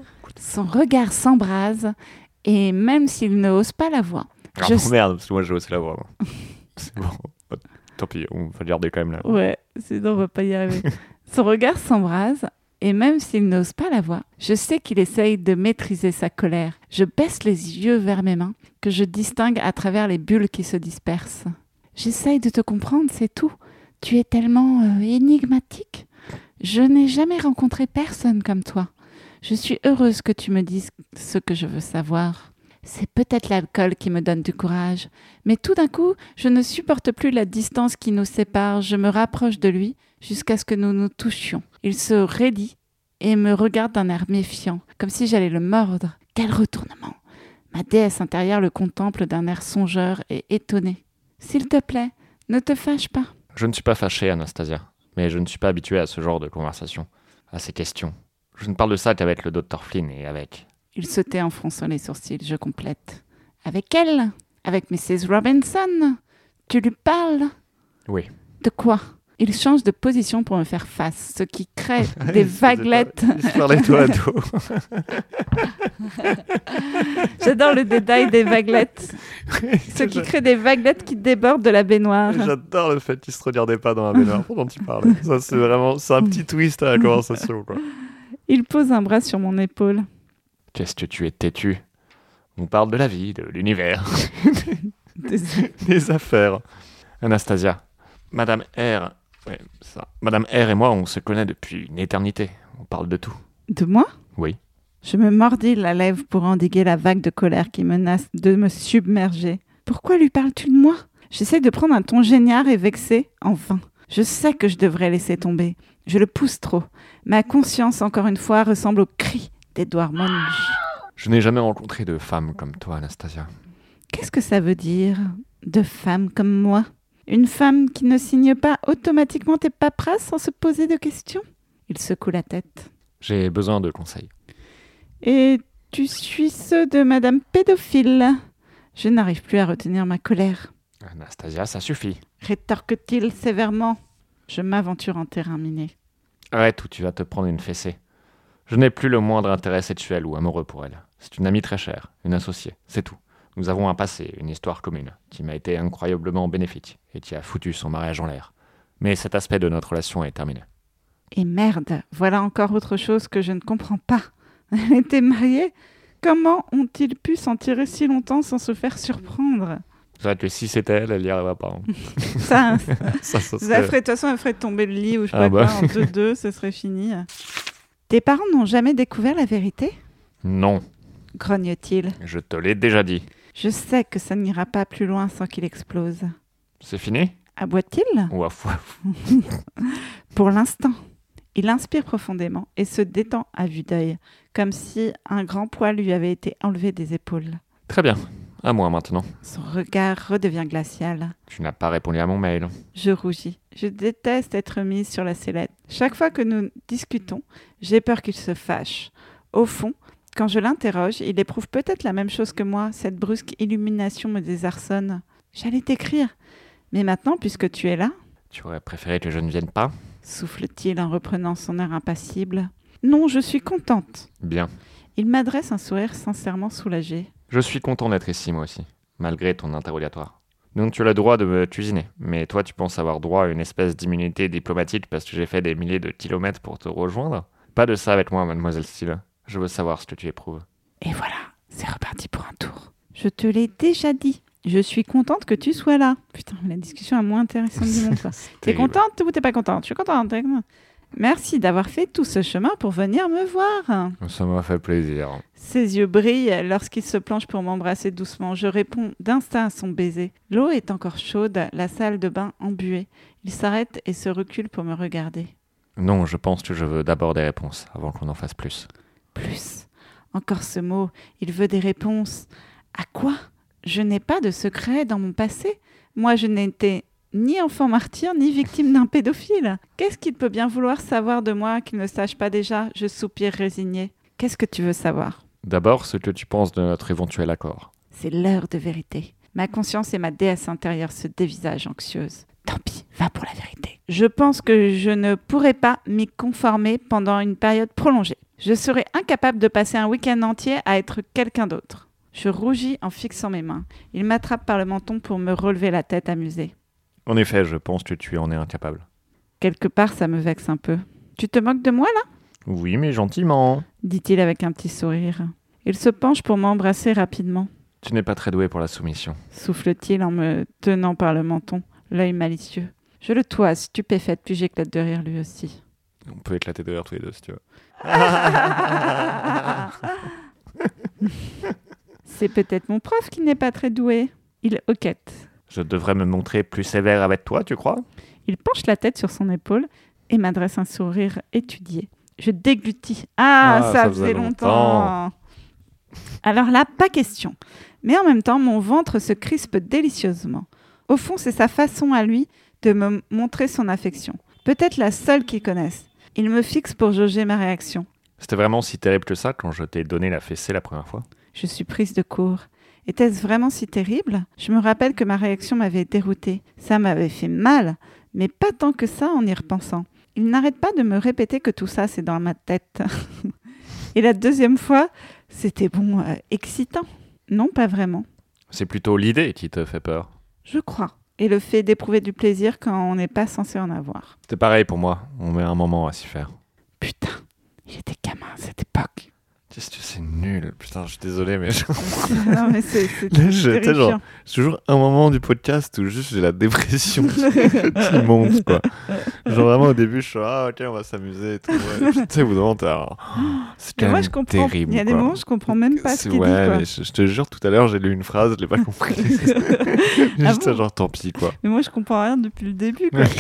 Son regard s'embrase, et même s'il ne hausse pas la voix. Ah je... bon, merde, parce que moi j'ai haussé la voix. Moi. C'est bon. Tant pis, on va le garder quand même là. Ouais, sinon on va pas y arriver. Son regard s'embrase, et même s'il n'ose pas la voix, je sais qu'il essaye de maîtriser sa colère. Je baisse les yeux vers mes mains, que je distingue à travers les bulles qui se dispersent. J'essaye de te comprendre, c'est tout. Tu es tellement euh, énigmatique. Je n'ai jamais rencontré personne comme toi. Je suis heureuse que tu me dises ce que je veux savoir. C'est peut-être l'alcool qui me donne du courage, mais tout d'un coup, je ne supporte plus la distance qui nous sépare. Je me rapproche de lui jusqu'à ce que nous nous touchions. Il se raidit et me regarde d'un air méfiant, comme si j'allais le mordre. Quel retournement ! Ma déesse intérieure le contemple d'un air songeur et étonné. S'il te plaît, ne te fâche pas. Je ne suis pas fâché, Anastasia, mais je ne suis pas habitué à ce genre de conversation, à ces questions. Je ne parle de ça qu'avec le docteur Flynn et avec... Il se tait en fronçant les sourcils, je complète. Avec elle ? Avec missus Robinson ? Tu lui parles ? Oui. De quoi ? Il change de position pour me faire face, ce qui crée des vaguelettes. Il se parlait dos à dos. J'adore le détail des vaguelettes. Ce qui crée des vaguelettes qui débordent de la baignoire. J'adore le fait qu'il se regardait pas dans la baignoire pendant qu'il parlait. Ça, c'est vraiment... C'est un petit twist à la conversation, quoi. Il pose un bras sur mon épaule. Qu'est-ce que tu es têtu ? On parle de la vie, de l'univers, Des... des affaires. Anastasia, Madame R... Ouais, ça. Madame R et moi, on se connaît depuis une éternité. On parle de tout. De moi ? Oui. Je me mordis la lèvre pour endiguer la vague de colère qui menace de me submerger. Pourquoi lui parles-tu de moi ? J'essaie de prendre un ton génial et vexé, en vain. Je sais que je devrais laisser tomber. Je le pousse trop. Ma conscience, encore une fois, ressemble au cri d'Edward Munch. Je n'ai jamais rencontré de femme comme toi, Anastasia. Qu'est-ce que ça veut dire, de femme comme moi ? Une femme qui ne signe pas automatiquement tes paperasses sans se poser de questions ? Il secoue la tête. J'ai besoin de conseils. Et tu suis ceux de Madame Pédophile ? Je n'arrive plus à retenir ma colère. Anastasia, ça suffit. Rétorque-t-il sévèrement. Je m'aventure en terrain miné. Arrête ou tu vas te prendre une fessée. Je n'ai plus le moindre intérêt sexuel ou amoureux pour elle. C'est une amie très chère, une associée, c'est tout. Nous avons un passé, une histoire commune, qui m'a été incroyablement bénéfique et qui a foutu son mariage en l'air. Mais cet aspect de notre relation est terminé. Et merde, voilà encore autre chose que je ne comprends pas. Elle était mariée. Comment ont-ils pu s'en tirer si longtemps sans se faire surprendre ? C'est vrai que si c'était elle, elle n'y arriverait pas. Hein. Ça, ça, ça ça serait... ferait, de toute façon, elle ferait tomber le lit ou je sais Ah pas bah. quoi, en deux deux, ce serait fini. Tes parents n'ont jamais découvert la vérité ? Non, Grogne-t-il. je te l'ai déjà dit. Je sais que ça n'ira pas plus loin sans qu'il explose. C'est fini ? Aboie-t-il ? Ouaf, ouaf. Pour l'instant. Il inspire profondément et se détend à vue d'œil, comme si un grand poids lui avait été enlevé des épaules. Très bien, à moi maintenant. Son regard redevient glacial. Tu n'as pas répondu à mon mail. Je rougis. Je déteste être mise sur la sellette. Chaque fois que nous discutons, j'ai peur qu'il se fâche. Au fond, quand je l'interroge, il éprouve peut-être la même chose que moi. Cette brusque illumination me désarçonne. J'allais t'écrire. Mais maintenant, puisque tu es là, Tu aurais préféré que je ne vienne pas ? souffle-t-il en reprenant son air impassible. Non, je suis contente. Bien. Il m'adresse un sourire sincèrement soulagé. Je suis content d'être ici, moi aussi, malgré ton interrogatoire. Donc tu as le droit de me cuisiner, mais toi tu penses avoir droit à une espèce d'immunité diplomatique parce que j'ai fait des milliers de kilomètres pour te rejoindre ? Pas de ça avec moi, mademoiselle Steele. Je veux savoir ce que tu éprouves. Et voilà, c'est reparti pour un tour. Je te l'ai déjà dit. Je suis contente que tu sois là. Putain, la discussion est moins intéressante du monde, quoi. T'es Terrible. contente ou t'es pas contente ? Je suis contente. t'es contente. Merci d'avoir fait tout ce chemin pour venir me voir. Ça m'a fait plaisir. Ses yeux brillent lorsqu'il se penche pour m'embrasser doucement. Je réponds d'instinct à son baiser. L'eau est encore chaude, la salle de bain embuée. Il s'arrête et se recule pour me regarder. Non, je pense que je veux d'abord des réponses, avant qu'on en fasse plus. Plus. Encore ce mot. Il veut des réponses. À quoi ? Je n'ai pas de secret dans mon passé. Moi, je n'étais ni enfant martyr, ni victime d'un pédophile. Qu'est-ce qu'il peut bien vouloir savoir de moi qu'il ne sache pas déjà ? Je soupire résigné. Qu'est-ce que tu veux savoir ? D'abord, ce que tu penses de notre éventuel accord. C'est l'heure de vérité. Ma conscience et ma déesse intérieure se dévisagent anxieuses. Tant pis, va pour la vérité. Je pense que je ne pourrais pas m'y conformer pendant une période prolongée. Je serais incapable de passer un week-end entier à être quelqu'un d'autre. Je rougis en fixant mes mains. Il m'attrape par le menton pour me relever la tête amusé. En effet, je pense que tu en es incapable. Quelque part, ça me vexe un peu. Tu te moques de moi, là ? Oui, mais gentiment. Dit-il avec un petit sourire. Il se penche pour m'embrasser rapidement. Tu n'es pas très doué pour la soumission. Souffle-t-il en me tenant par le menton, l'œil malicieux. Je le toise, stupéfaite, puis j'éclate de rire lui aussi. On peut éclater de rire tous les deux si tu veux. C'est peut-être mon prof qui n'est pas très doué. Il hoquette. Je devrais me montrer plus sévère avec toi, tu crois ? Il penche la tête sur son épaule et m'adresse un sourire étudié. Je déglutis. Ah, Ah, ça, ça faisait faisait longtemps. longtemps. Alors là, pas question. Mais en même temps, mon ventre se crispe délicieusement. Au fond, c'est sa façon à lui de me montrer son affection. Peut-être la seule qu'il connaisse. Il me fixe pour jauger ma réaction. C'était vraiment si terrible que ça quand je t'ai donné la fessée la première fois ? Je suis prise de court. Était-ce vraiment si terrible ? Je me rappelle que ma réaction m'avait déroutée. Ça m'avait fait mal, mais pas tant que ça en y repensant. Il n'arrête pas de me répéter que tout ça, c'est dans ma tête. Et la deuxième fois, c'était bon, euh, excitant. Non, pas vraiment. C'est plutôt l'idée qui te fait peur. Je crois. Et le fait d'éprouver du plaisir quand on n'est pas censé en avoir. C'était pareil pour moi, on met un moment à s'y faire. Putain, il était gamin à cette époque. Qu'est-ce que c'est nul. Putain, je suis désolé, mais je- Non, mais c'est, c'est Là, je- tu sais, terrifiant. genre, c'est toujours un moment du podcast où juste j'ai la dépression qui monte, quoi. Genre vraiment au début, je suis ah ok, on va s'amuser et tout. Ouais. Puis, tu sais, au bout d'un moment, t'es ah, c'est quand Mais moi, même je comprends. terrible. Il y a des quoi. moments où je comprends même pas ce C'est- qu'il ouais, dit. Quoi. mais je, je te jure, tout à l'heure, j'ai lu une phrase, je l'ai pas compris. Ah Juste bon genre, tant pis, quoi. Mais moi, je comprends rien depuis le début. Quoi.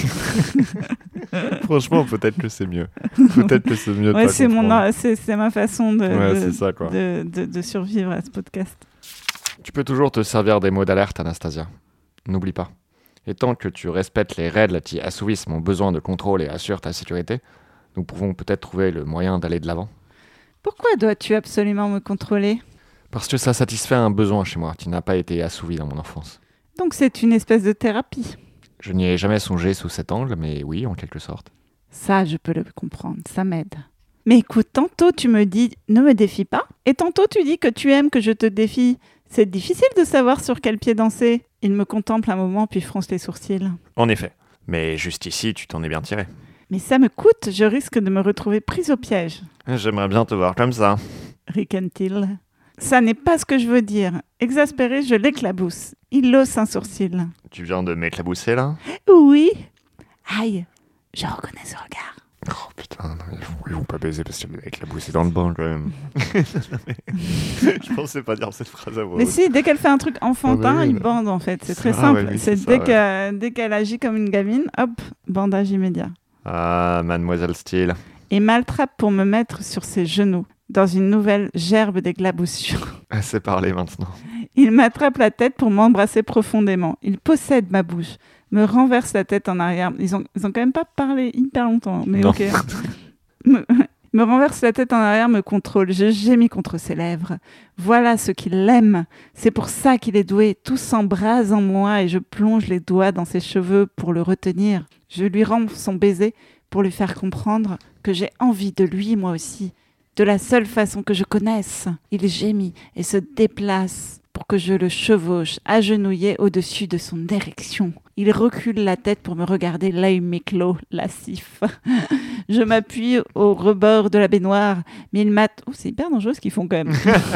Franchement, peut-être que c'est mieux. Peut-être que c'est mieux de Ouais, pas c'est, mon, comprendre. c'est, c'est ma façon de, Ouais, de, c'est ça, quoi. de, de, de survivre à ce podcast. Tu peux toujours te servir des mots d'alerte, Anastasia. N'oublie pas. Et tant que tu respectes les règles qui assouvissent mon besoin de contrôle et assurent ta sécurité, nous pouvons peut-être trouver le moyen d'aller de l'avant. Pourquoi dois-tu absolument me contrôler ? Parce que ça satisfait un besoin chez moi qui n'a pas été assouvi dans mon enfance. Donc c'est une espèce de thérapie. Je n'y ai jamais songé sous cet angle, mais oui, en quelque sorte. Ça, je peux le comprendre, ça m'aide. Mais écoute, tantôt tu me dis « ne me défie pas » et tantôt tu dis que tu aimes que je te défie. C'est difficile de savoir sur quel pied danser. Il me contemple un moment puis fronce les sourcils. En effet. Mais juste ici, tu t'en es bien tiré. Mais ça me coûte, je risque de me retrouver prise au piège. J'aimerais bien te voir comme ça. Ricane-t-il. Ça n'est pas ce que je veux dire. Exaspéré, je l'éclabousse. Il hausse un sourcil. Tu viens de m'éclabousser là ? Oui. Aïe, je reconnais ce regard. Oh putain, non, ils, vont, ils vont pas baiser parce qu'il est éclaboussé dans le bain quand même. Je pensais pas dire cette phrase à voix Mais haute. si, dès qu'elle fait un truc enfantin, Oh, oui, il oui. bande en fait. C'est très Ah, simple. ouais, oui, c'est c'est dès, ça, que, dès qu'elle agit comme une gamine, hop, bandage immédiat. Ah, Mademoiselle Steele. Et m'attrape pour me mettre sur ses genoux, dans une nouvelle gerbe d'éclaboussure. Assez parlé maintenant. Il m'attrape la tête pour m'embrasser profondément. Il possède ma bouche, me renverse la tête en arrière. Ils ont, ils ont quand même pas parlé hyper longtemps, mais Non. ok. me, me renverse la tête en arrière, me contrôle. Je gémis contre ses lèvres. Voilà ce qu'il aime. C'est pour ça qu'il est doué. Tout s'embrase en moi et je plonge les doigts dans ses cheveux pour le retenir. Je lui rends son baiser pour lui faire comprendre que j'ai envie de lui, moi aussi. De la seule façon que je connaisse. Il gémit et se déplace pour que je le chevauche, agenouillé au-dessus de son érection. Il recule la tête pour me regarder, l'œil mi-clos, lascif. Je m'appuie au rebord de la baignoire, mais il m'a... Oh, c'est hyper dangereux ce qu'ils font quand même.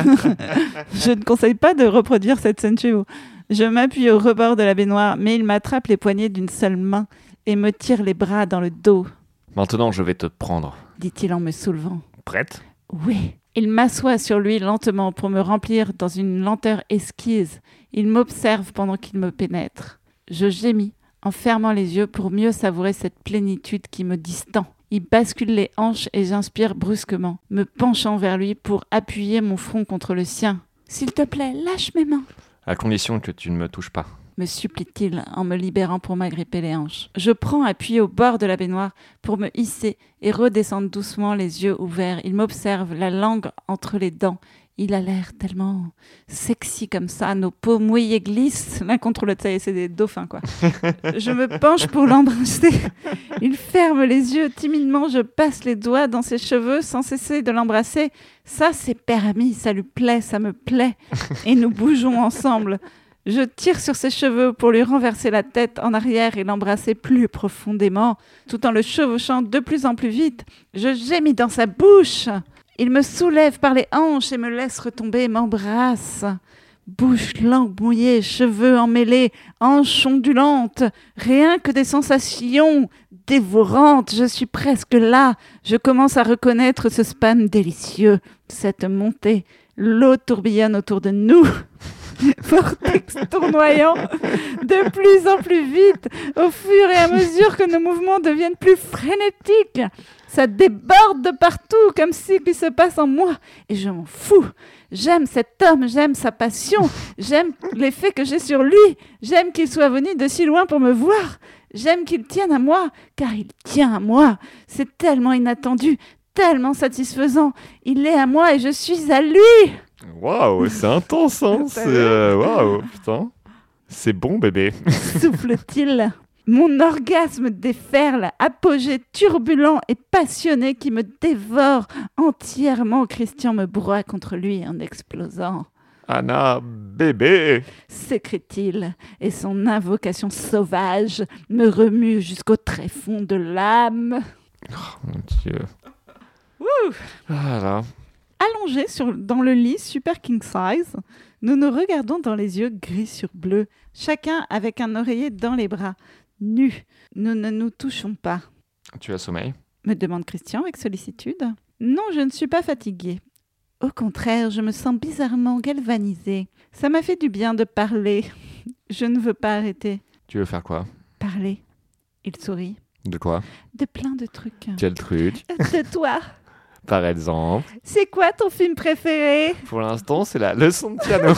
Je ne conseille pas de reproduire cette scène chez vous. Je m'appuie au rebord de la baignoire, mais il m'attrape les poignets d'une seule main et me tire les bras dans le dos, Maintenant, je vais te prendre. dit-il en me soulevant. Prête ? Oui. Il m'assoit sur lui lentement pour me remplir dans une lenteur esquisse. Il m'observe pendant qu'il me pénètre. Je gémis en fermant les yeux pour mieux savourer cette plénitude qui me distend. Il bascule les hanches et j'inspire brusquement, me penchant vers lui pour appuyer mon front contre le sien. « S'il te plaît, lâche mes mains !» À condition que tu ne me touches pas. me supplie-t-il en me libérant pour m'agripper les hanches. Je prends appui au bord de la baignoire pour me hisser et redescendre doucement les yeux ouverts. Il m'observe, la langue entre les dents. Il a l'air tellement sexy comme ça. Nos peaux mouillées glissent l'un contre l'autre. Ça y est, c'est des dauphins, quoi. Je me penche pour l'embrasser. Il ferme les yeux timidement. Je passe les doigts dans ses cheveux sans cesser de l'embrasser. Ça, c'est permis. Ça lui plaît, ça me plaît. Et nous bougeons ensemble. Je tire sur ses cheveux pour lui renverser la tête en arrière et l'embrasser plus profondément, tout en le chevauchant de plus en plus vite. Je gémis dans sa bouche. Il me soulève par les hanches et me laisse retomber, m'embrasse. Bouche langue mouillée, cheveux emmêlés, hanches ondulantes, rien que des sensations dévorantes. Je suis presque là. Je commence à reconnaître ce spam délicieux, cette montée. L'eau tourbillonne autour de nous. Vortex tournoyant de plus en plus vite au fur et à mesure que nos mouvements deviennent plus frénétiques. Ça déborde de partout comme si ce qui se passe en moi et je m'en fous. J'aime cet homme, j'aime sa passion, j'aime l'effet que j'ai sur lui, j'aime qu'il soit venu de si loin pour me voir, j'aime qu'il tienne à moi car il tient à moi. C'est tellement inattendu, tellement satisfaisant. Il est à moi et je suis à lui. Waouh, c'est intense, hein. C'est euh, waouh, putain. C'est bon, bébé. Souffle-t-il. Mon orgasme déferle, apogée turbulent et passionné qui me dévore entièrement. Christian me broie contre lui en explosant. Anna, bébé. S'écrie-t-il, et son invocation sauvage me remue jusqu'au tréfonds de l'âme. Oh mon Dieu. Ouh. Ah là. Allongés sur, dans le lit super king size, nous nous regardons dans les yeux gris sur bleu, chacun avec un oreiller dans les bras. Nus, nous ne nous touchons pas. Tu as sommeil ? Me demande Christian avec sollicitude. Non, je ne suis pas fatiguée. Au contraire, je me sens bizarrement galvanisée. Ça m'a fait du bien de parler. Je ne veux pas arrêter. Tu veux faire quoi ? Parler. Il sourit. De quoi ? De plein de trucs. Quel truc ? De toi. Par exemple ? C'est quoi ton film préféré ? Pour l'instant, c'est la leçon de piano.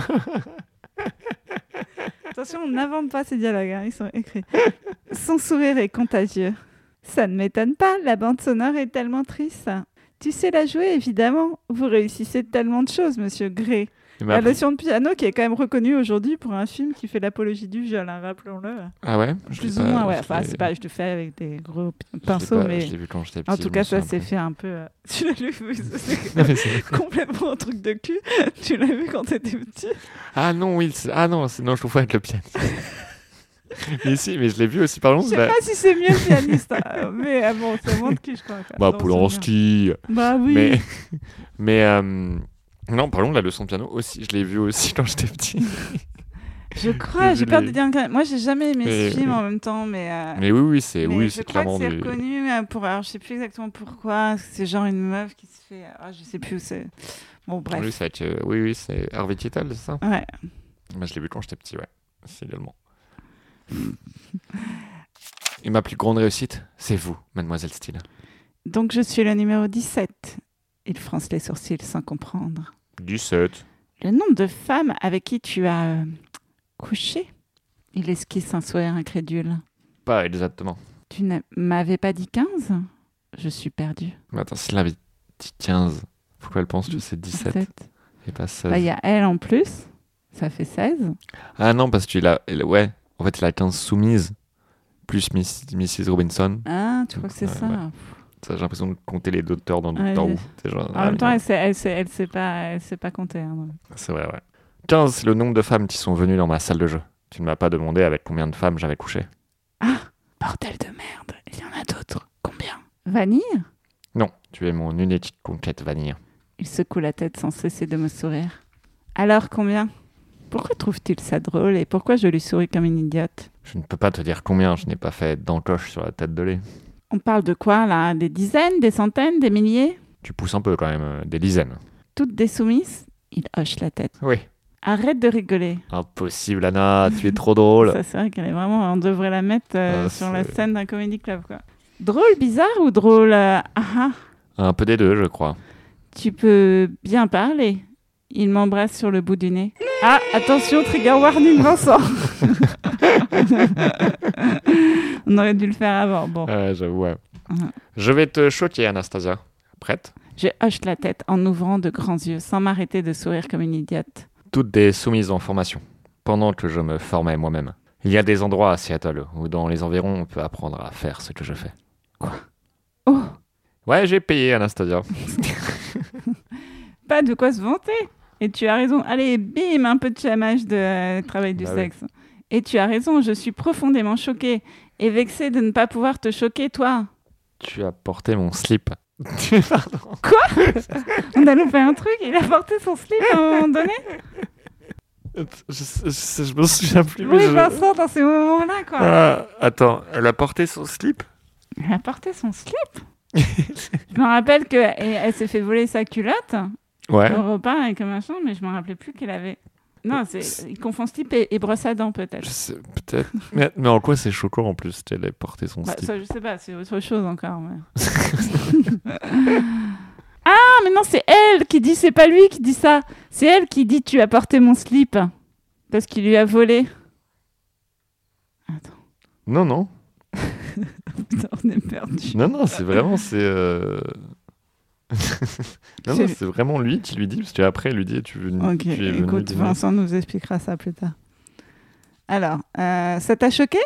Attention, on n'invente pas ces dialogues, hein, ils sont écrits. Son sourire est contagieux. Ça ne m'étonne pas, la bande sonore est tellement triste. Tu sais la jouer, évidemment. Vous réussissez tellement de choses, monsieur Gray. La leçon de piano qui est quand même reconnue aujourd'hui pour un film qui fait l'apologie du viol, hein, rappelons-le. Ah ouais ? Plus ou pas, moins, ouais. je Enfin, l'ai- c'est pas, je le fais avec des gros je l'ai pinceaux, pas- mais Je l'ai vu quand j'étais petit. en je tout me cas, ça souviens s'est plus. fait un peu... euh, Tu l'as lu c'est Non, mais c'est- complètement un truc de cul. Tu l'as vu quand t'étais petit. Ah non, oui. c'est- Ah non, c'est- non, je confonds avec le piano. Mais si, mais je l'ai vu aussi, par Je exemple. sais bah- pas si c'est mieux le pianiste, hein, mais euh, bon, c'est moins de qui, je crois. quoi. Bah, Dans Polanski. le souvenir. Bah oui. Mais, mais euh, non, par contre, la leçon de piano aussi, je l'ai vu aussi quand j'étais petit. Je crois, J'ai j'ai vu peur les- de dire un... Moi, j'ai jamais aimé Mais- ce film en même temps, mais... euh, Mais oui, oui, c'est mais oui, je c'est crois que clairement c'est du. reconnu euh, pour... Alors, je sais plus exactement pourquoi. C'est genre une meuf qui se fait... Ah, je sais plus où c'est... Bon, bref. Oui, ça va être, euh, oui, oui, c'est Harvey Keitel, c'est ça. Ouais. Moi, je l'ai vu quand j'étais petit, ouais. C'est également. Et ma plus grande réussite, c'est vous, Mademoiselle Steele. Donc, je suis le numéro dix-sept. Il fronce les sourcils sans comprendre. dix-sept. Le nombre de femmes avec qui tu as euh, couché? Il esquisse un sourire incrédule. Pas exactement. Tu ne m'avais pas dit quinze? Je suis perdue. Mais attends, s'il avait dit quinze, pourquoi elle pense que c'est dix-sept dix-sept. et pas seize? Bah, il y a elle en plus. Ça fait seize. Ah non, parce qu'il a. il- Ouais, en fait, il a quinze soumises, plus Miss, missus Robinson. Ah, tu crois que c'est Ouais, ça? ouais. Ça, j'ai l'impression de compter les docteurs dans Ouais, Doctor ouais. Who. C'est genre, En ah, même temps, merde. elle sait, elle sait, elle sait pas, elle sait pas compter. hein, donc. C'est vrai, ouais. quinze, c'est le nombre de femmes qui sont venues dans ma salle de jeu. Tu ne m'as pas demandé avec combien de femmes j'avais couché. Ah, bordel de merde. Il y en a d'autres. Combien? Vanille? Non, tu es mon unique conquête vanille. Il secoue la tête sans cesser de me sourire. Alors, combien? Pourquoi trouve-t-il ça drôle et pourquoi je lui souris comme une idiote? Je ne peux pas te dire combien, je n'ai pas fait d'encoche sur la tête de lait. On parle de quoi, là? Des dizaines, des centaines, des milliers? Tu pousses un peu quand même, euh, des dizaines. Toutes des soumises? Il hoche la tête. Oui. Arrête de rigoler. Impossible, Anna, tu es trop drôle. Ça, c'est vrai qu'elle est vraiment... On devrait la mettre euh, Ah, sur la c'est- scène d'un comedy club, quoi. Drôle, bizarre ou drôle euh, ah, ah. Un peu des deux, je crois. Tu peux bien parler. Il m'embrasse sur le bout du nez. Ah, attention, trigger warning, Vincent. On aurait dû le faire avant. Bon. Ouais, j'avoue, ouais. Mhm. Je vais te choquer, Anastasia. Prête? Je hoche la tête en ouvrant de grands yeux, sans m'arrêter de sourire comme une idiote. Toutes des soumises en formation, pendant que je me formais moi-même. Il y a des endroits à Seattle où dans les environs on peut apprendre à faire ce que je fais. Oh, Ouais, j'ai payé, Anastasia. pas de quoi se vanter. Et tu as raison. Allez, bim, un peu de chamage de euh, travail du Bah oui. sexe. Et tu as raison, je suis profondément choquée et vexée de ne pas pouvoir te choquer, toi. Tu as porté mon slip. Pardon. On a loupé un truc, il a porté son slip à un moment donné. Je, je- je- je me souviens plus. mais Oui, je- Vincent, dans ces moments-là, quoi. Ah, attends, elle a porté son slip? Elle a porté son slip. Je me rappelle qu'elle elle s'est fait voler sa culotte Ouais. au repas avec un machin, mais je me rappelais plus qu'elle avait. Non, c'est... il confond slip et, et brosse à dents, peut-être. Je sais, peut-être. Mais, mais en quoi c'est choquant en plus qu'elle ait porté son Bah, slip? ça, je sais pas, c'est autre chose encore. mais- Ah, mais non, c'est elle qui dit, c'est pas lui qui dit ça. C'est elle qui dit, tu as porté mon slip. Parce qu'il lui a volé. Attends, Non, non. putain, on est perdu. Non, non, c'est vraiment. C'est. euh, non, non, C'est- c'est vraiment lui qui lui dit, parce qu'après, il lui dit tu, veux, Ok, tu es venu écoute, dîner. Vincent nous expliquera ça plus tard. Alors, euh, ça t'a choqué?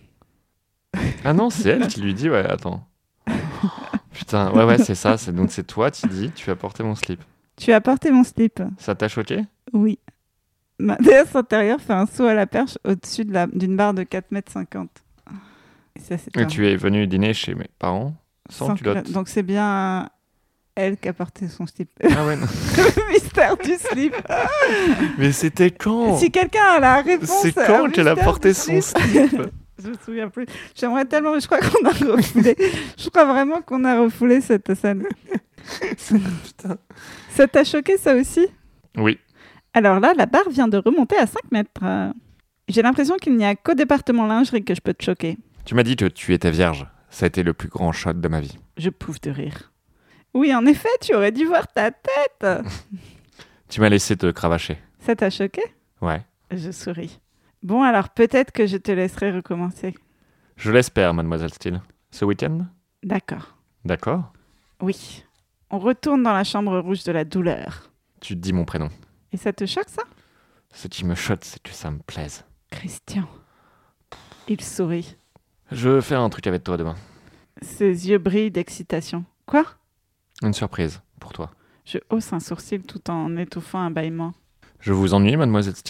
Ah non, c'est elle qui lui dit, ouais, attends. Putain, ouais, ouais, c'est ça. C'est, donc c'est toi qui dis tu as porté mon slip. Tu as porté mon slip? Ça t'a choqué? Oui. Ma déesse intérieure fait un saut à la perche au-dessus de la- d'une barre de quatre mètres cinquante. Et ça, c'est Et un- tu es venu dîner chez mes parents sans, sans culotte. culotte. Donc c'est bien euh, elle qui a porté son slip. Ah ouais, non. Le mystère du slip. Mais c'était quand? Si quelqu'un a la réponse. C'est au quand qu'elle a mystère porté du son slip. slip? Je me souviens plus. J'aimerais tellement, mais je crois qu'on a refoulé. Je crois vraiment qu'on a refoulé cette scène. Putain. Ça t'a choqué, ça aussi? Oui. Alors là, la barre vient de remonter à cinq mètres. Euh, J'ai l'impression qu'il n'y a qu'au département lingerie que je peux te choquer. Tu m'as dit que tu étais vierge. Ça a été le plus grand choc de ma vie. Je pouffe de rire. Oui, en effet, tu aurais dû voir ta tête. Tu m'as laissé te cravacher. Ça t'a choqué? Ouais. Je souris. Bon, alors peut-être que je te laisserai recommencer. Je l'espère, mademoiselle Steele. Ce week-end? D'accord. D'accord. Oui. On retourne dans la chambre rouge de la douleur. Tu te dis mon prénom. Et ça te choque, ça? Ce qui me choque, c'est que ça me plaise. Christian. Il sourit. Je veux faire un truc avec toi demain. Ses yeux brillent d'excitation. Quoi? Une surprise pour toi. Je hausse un sourcil tout en étouffant un bâillement. Je vous ennuie, mademoiselle Steele?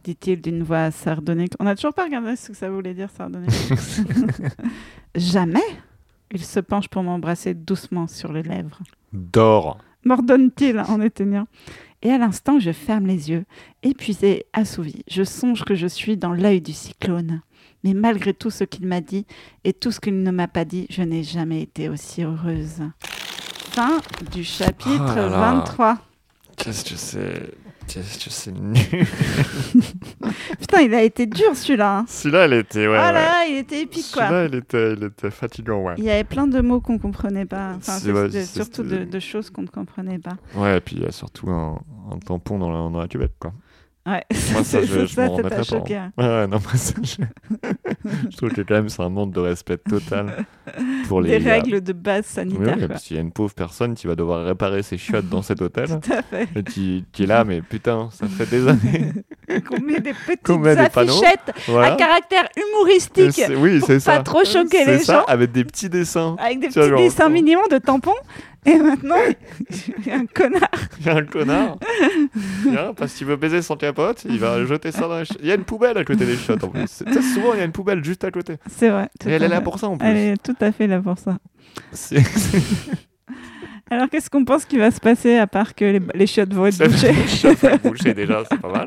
dit-il d'une voix sardonique. On n'a toujours pas regardé ce que ça voulait dire, sardonique. Jamais. Il se penche pour m'embrasser doucement sur les lèvres. Dors. M'ordonne-t-il en éteignant. Et à l'instant, je ferme les yeux, épuisée, assouvie. Je songe que je suis dans l'œil du cyclone. Mais malgré tout ce qu'il m'a dit et tout ce qu'il ne m'a pas dit, je n'ai jamais été aussi heureuse. Fin du chapitre Oh là là. vingt-trois. Qu'est-ce que c'est Qu'est-ce que c'est nul. Putain, il a été dur celui-là. Hein. Celui-là, il était... Ouais, oh là ouais. là, il était épique quoi. Celui-là, il était, il était fatigant, ouais. Il y avait plein de mots qu'on comprenait pas. Enfin, C'est vrai, c'était c'est- surtout c'était- de, de choses qu'on ne comprenait pas. Ouais, et puis il y a surtout un, un tampon dans la, dans la cuvette, quoi. Ouais, Moi, ça, c'est- je, je ça, m'en ça remettrai t'a pas. choqué. hein. hein. Ouais, ouais, non, moi, ça, je... je trouve que quand même, c'est un manque de respect total pour les... Des règles de base Oui, sanitaires. oui, quoi. parce qu'il y a une pauvre personne qui va devoir réparer ses chiottes dans cet hôtel. Tout à fait. Et qui, qui est là, mais putain, ça fait des années. Qu'on met des petites Qu'on met des panneaux. affichettes Voilà. à caractère Et humoristique c'est- Oui, pour c'est pas ça. trop choquer C'est les ça, gens. avec des petits dessins. Avec des Tu vois, petits genre, dessins on- mignons de tampons. Et maintenant, il y a un connard. Il y a un connard. Tiens, parce qu'il veut baiser son capote, il va jeter ça dans les chiottes. Il y a une poubelle à côté des chiottes en plus. C'est- tu sais, souvent, il y a une poubelle juste à côté. C'est vrai. tout Et elle à est là fait. pour ça en plus. Elle est tout à fait là pour ça. C'est- c'est- Alors, qu'est-ce qu'on pense qu'il va se passer à part que les, les chiottes vont être Ça bouchées fait chauffer boucher déjà, c'est pas mal.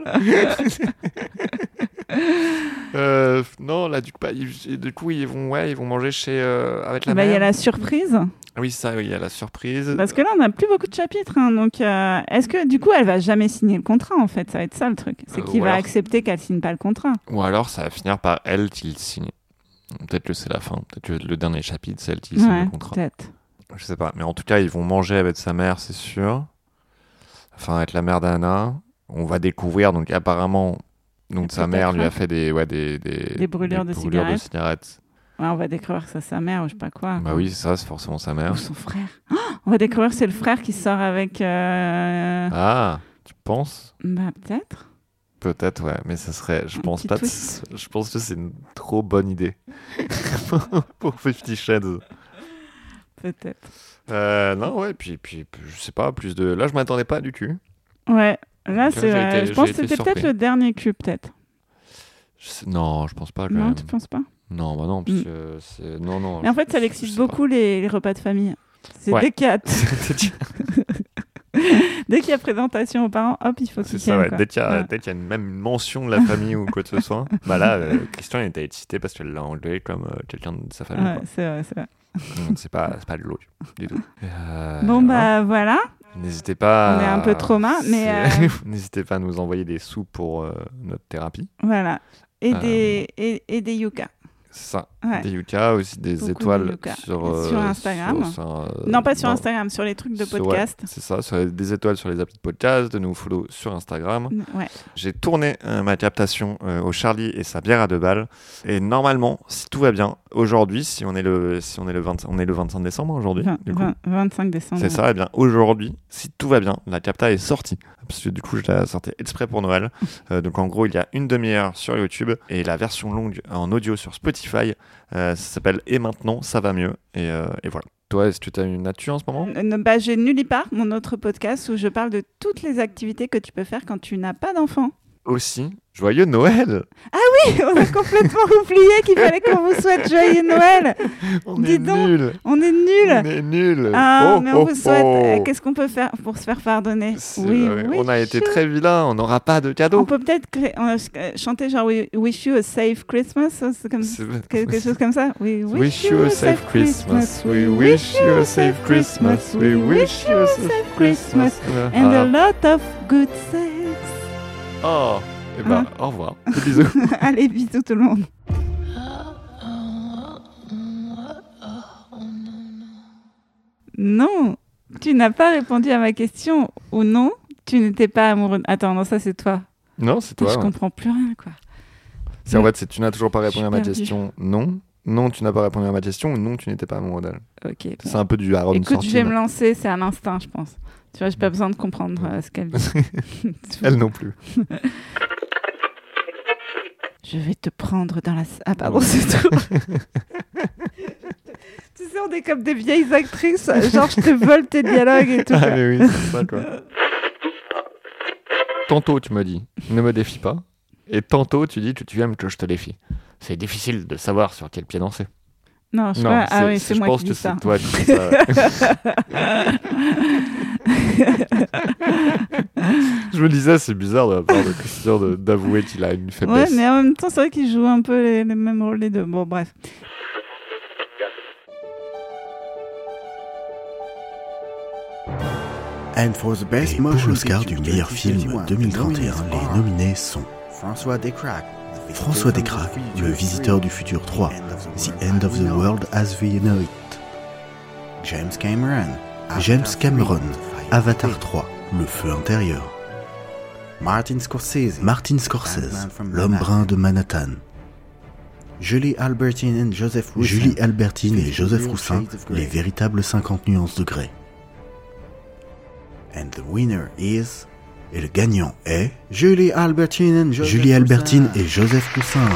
euh, non, là du coup, bah, ils, du coup ils vont, ouais, ils vont manger chez euh, avec la Bah, il y a mère. la surprise. Oui, ça, oui, il y a la surprise. Parce que là, on n'a plus beaucoup de chapitres. hein, donc, euh, est-ce que du coup, elle va jamais signer le contrat en fait? Ça va être ça le truc. C'est Euh, qu'il ou va alors- accepter qu'elle signe pas le contrat. Ou alors ça va finir par elle qui le signe. Peut-être que c'est la fin. Peut-être que le dernier chapitre, c'est elle qui signe Ouais, le contrat. peut-être. Je sais pas. Mais en tout cas, ils vont manger avec sa mère, c'est sûr. Enfin, avec la mère d'Anna. On va découvrir, donc apparemment, donc sa Peut-être, mère lui hein. a fait des, ouais, des, des, Des brûlures de cigarettes. cigarettes. Ouais, on va découvrir que c'est sa mère ou je sais pas quoi. Bah oui, c'est ça, c'est forcément sa mère. Ou son frère. Oh, on va découvrir que c'est le frère qui sort avec. euh, Ah, tu penses? Bah, peut-être. Peut-être, ouais, mais ça serait. Je Un pense petit pas. que twist. c'est- Je pense que c'est une trop bonne idée pour Fifty Shades. Peut-être. Euh, non, ouais, puis, puis, puis, je sais pas, plus de. Là, je m'attendais pas du cul. Ouais. Là, Ok, c'est. j'ai euh, été- je pense j'ai que été c'était peut-être surpris. le dernier cul, peut-être. Je sais- Non, je pense pas. Quand Non, même. tu penses pas? Non, bah non, parce Mm. que c'est. Non, non. Mais en fait, ça je- je l'excite sais pas. beaucoup les, les repas de famille. C'est Ouais. dès qu'il y a, dès qu'il y a présentation aux parents, hop, il faut C'est qu'ils ça, tiennent. ouais. quoi. Dès qu'il y a, Ouais. dès qu'il y a une- même une mention de la famille ou quoi que ce soit, bah là, euh, Christian il était excité parce qu'elle l'a enlevé comme euh, quelqu'un de sa famille. Ouais, quoi. c'est vrai, c'est vrai. Donc, c'est pas, c'est pas de l'eau du tout. Euh, Bon, voilà. bah voilà. N'hésitez pas. On est un peu à- trauma, mais, c'est- euh, N'hésitez pas à nous envoyer des sous pour euh, notre thérapie. Voilà. Et, Euh, des, et, et des yucca. C'est ça. Ouais. Des yucca, aussi des Beaucoup de étoiles yucca. sur, euh, Sur Instagram. sur- sur, euh, Non, pas sur dans- Instagram, sur les trucs de sur- ouais, podcast. c'est ça, sur les- des étoiles sur les applis de podcast, de nous follow sur Instagram. Ouais. J'ai tourné euh, ma captation euh, au Charlie et sa bière à deux balles. Et normalement, si tout va bien, aujourd'hui, si on est le, si on est le, vingt on est le vingt-cinq décembre aujourd'hui, vingt, du coup, vingt, vingt-cinq décembre. c'est ça, et bien aujourd'hui, si tout va bien, la capta est sortie. Parce que du coup, je la sortais exprès pour Noël. Euh, donc en gros, il y a une demi-heure sur YouTube et la version longue en audio sur Spotify. Euh, ça s'appelle Et maintenant, ça va mieux. Et, euh, et voilà. Toi, est-ce que tu as une actu en ce moment? Euh, bah, j'ai Nulle part, mon autre podcast où je parle de toutes les activités que tu peux faire quand tu n'as pas d'enfant. Aussi, joyeux Noël! On a complètement oublié qu'il fallait qu'on vous souhaite joyeux Noël. On Dis est donc, nuls! On est nuls. On est nuls! Ah, Oh, mais on oh, vous souhaite. oh. euh, Qu'est-ce qu'on peut faire pour se faire pardonner? C'est vrai, on a été très vilains, on n'aura pas de On cadeau. peut peut-être cré- euh, chanter genre We Wish You a Safe Christmas, ou c'est comme C'est- quelque chose comme ça. We Wish you a safe Christmas. We wish you a safe Christmas. We wish you a safe Christmas. and a Ah. lot of good sex. Oh, et ben, Hein. au revoir. Des bisous. Allez, bisous tout le monde. Non, tu n'as pas répondu à ma question. Ou non, tu n'étais pas amoureux. Attends, non, ça c'est toi. Non, c'est toi. Je ouais. comprends plus rien, quoi. C'est en fait, c'est tu n'as toujours pas Je répondu suis à ma perdue. question. Non. Non, tu n'as pas répondu à ma question. Ou non, tu n'étais pas amoureux d'elle. Ok. C'est bon. un peu du Aaron Écoute, je vais me Sorkin. lancer, c'est à l'instinct, je pense. Tu vois, j'ai pas besoin de comprendre euh, ce qu'elle dit. Elle non plus. Je vais te prendre dans la... s- Ah pardon, c'est tout. Tu sais, on est comme des vieilles actrices. Genre, je te vole tes dialogues et tout. Ah, quoi. mais oui, c'est ça, quoi. Tantôt, tu me dis, ne me défie pas. Et tantôt, tu dis que tu aimes que je te défie. C'est difficile de savoir sur quel pied danser. Non, je crois... Ah oui, c'est je moi pense qui que dis ça. c'est toi qui dis ça. Ouais. Je me disais, c'est bizarre de la part de Christian de, d'avouer qu'il a une faiblesse. Ouais, mais en même temps, c'est vrai qu'il joue un peu les, les mêmes rôles les deux. Bon, bref. And for the best et pour l'Oscar du meilleur film deux mille trente et un, les nominés sont François Descraques, François Descraques, Le Visiteur du Futur trois, The End of the World as We Know It, James Cameron, James Cameron, Avatar trois, Le Feu intérieur, Martin Scorsese, Martin Scorsese, L'Homme brun de Manhattan, Julie Albertine et Joseph Roussin, Julie Albertine et Joseph Roussin, Les véritables cinquante nuances de Grey. And the winner is... Et le gagnant est... Julie Albertine, Julie Albertine et Joseph Roussin.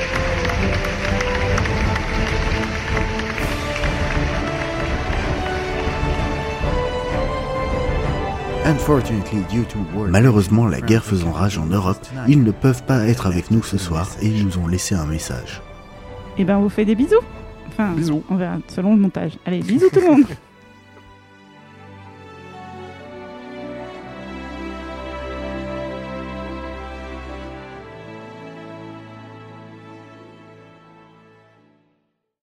Malheureusement, la guerre faisant rage en Europe, ils ne peuvent pas être avec nous ce soir et ils nous ont laissé un message. Eh ben, on vous fait des bisous. Enfin, Bisous. on verra selon le montage. Allez, bisous tout le monde.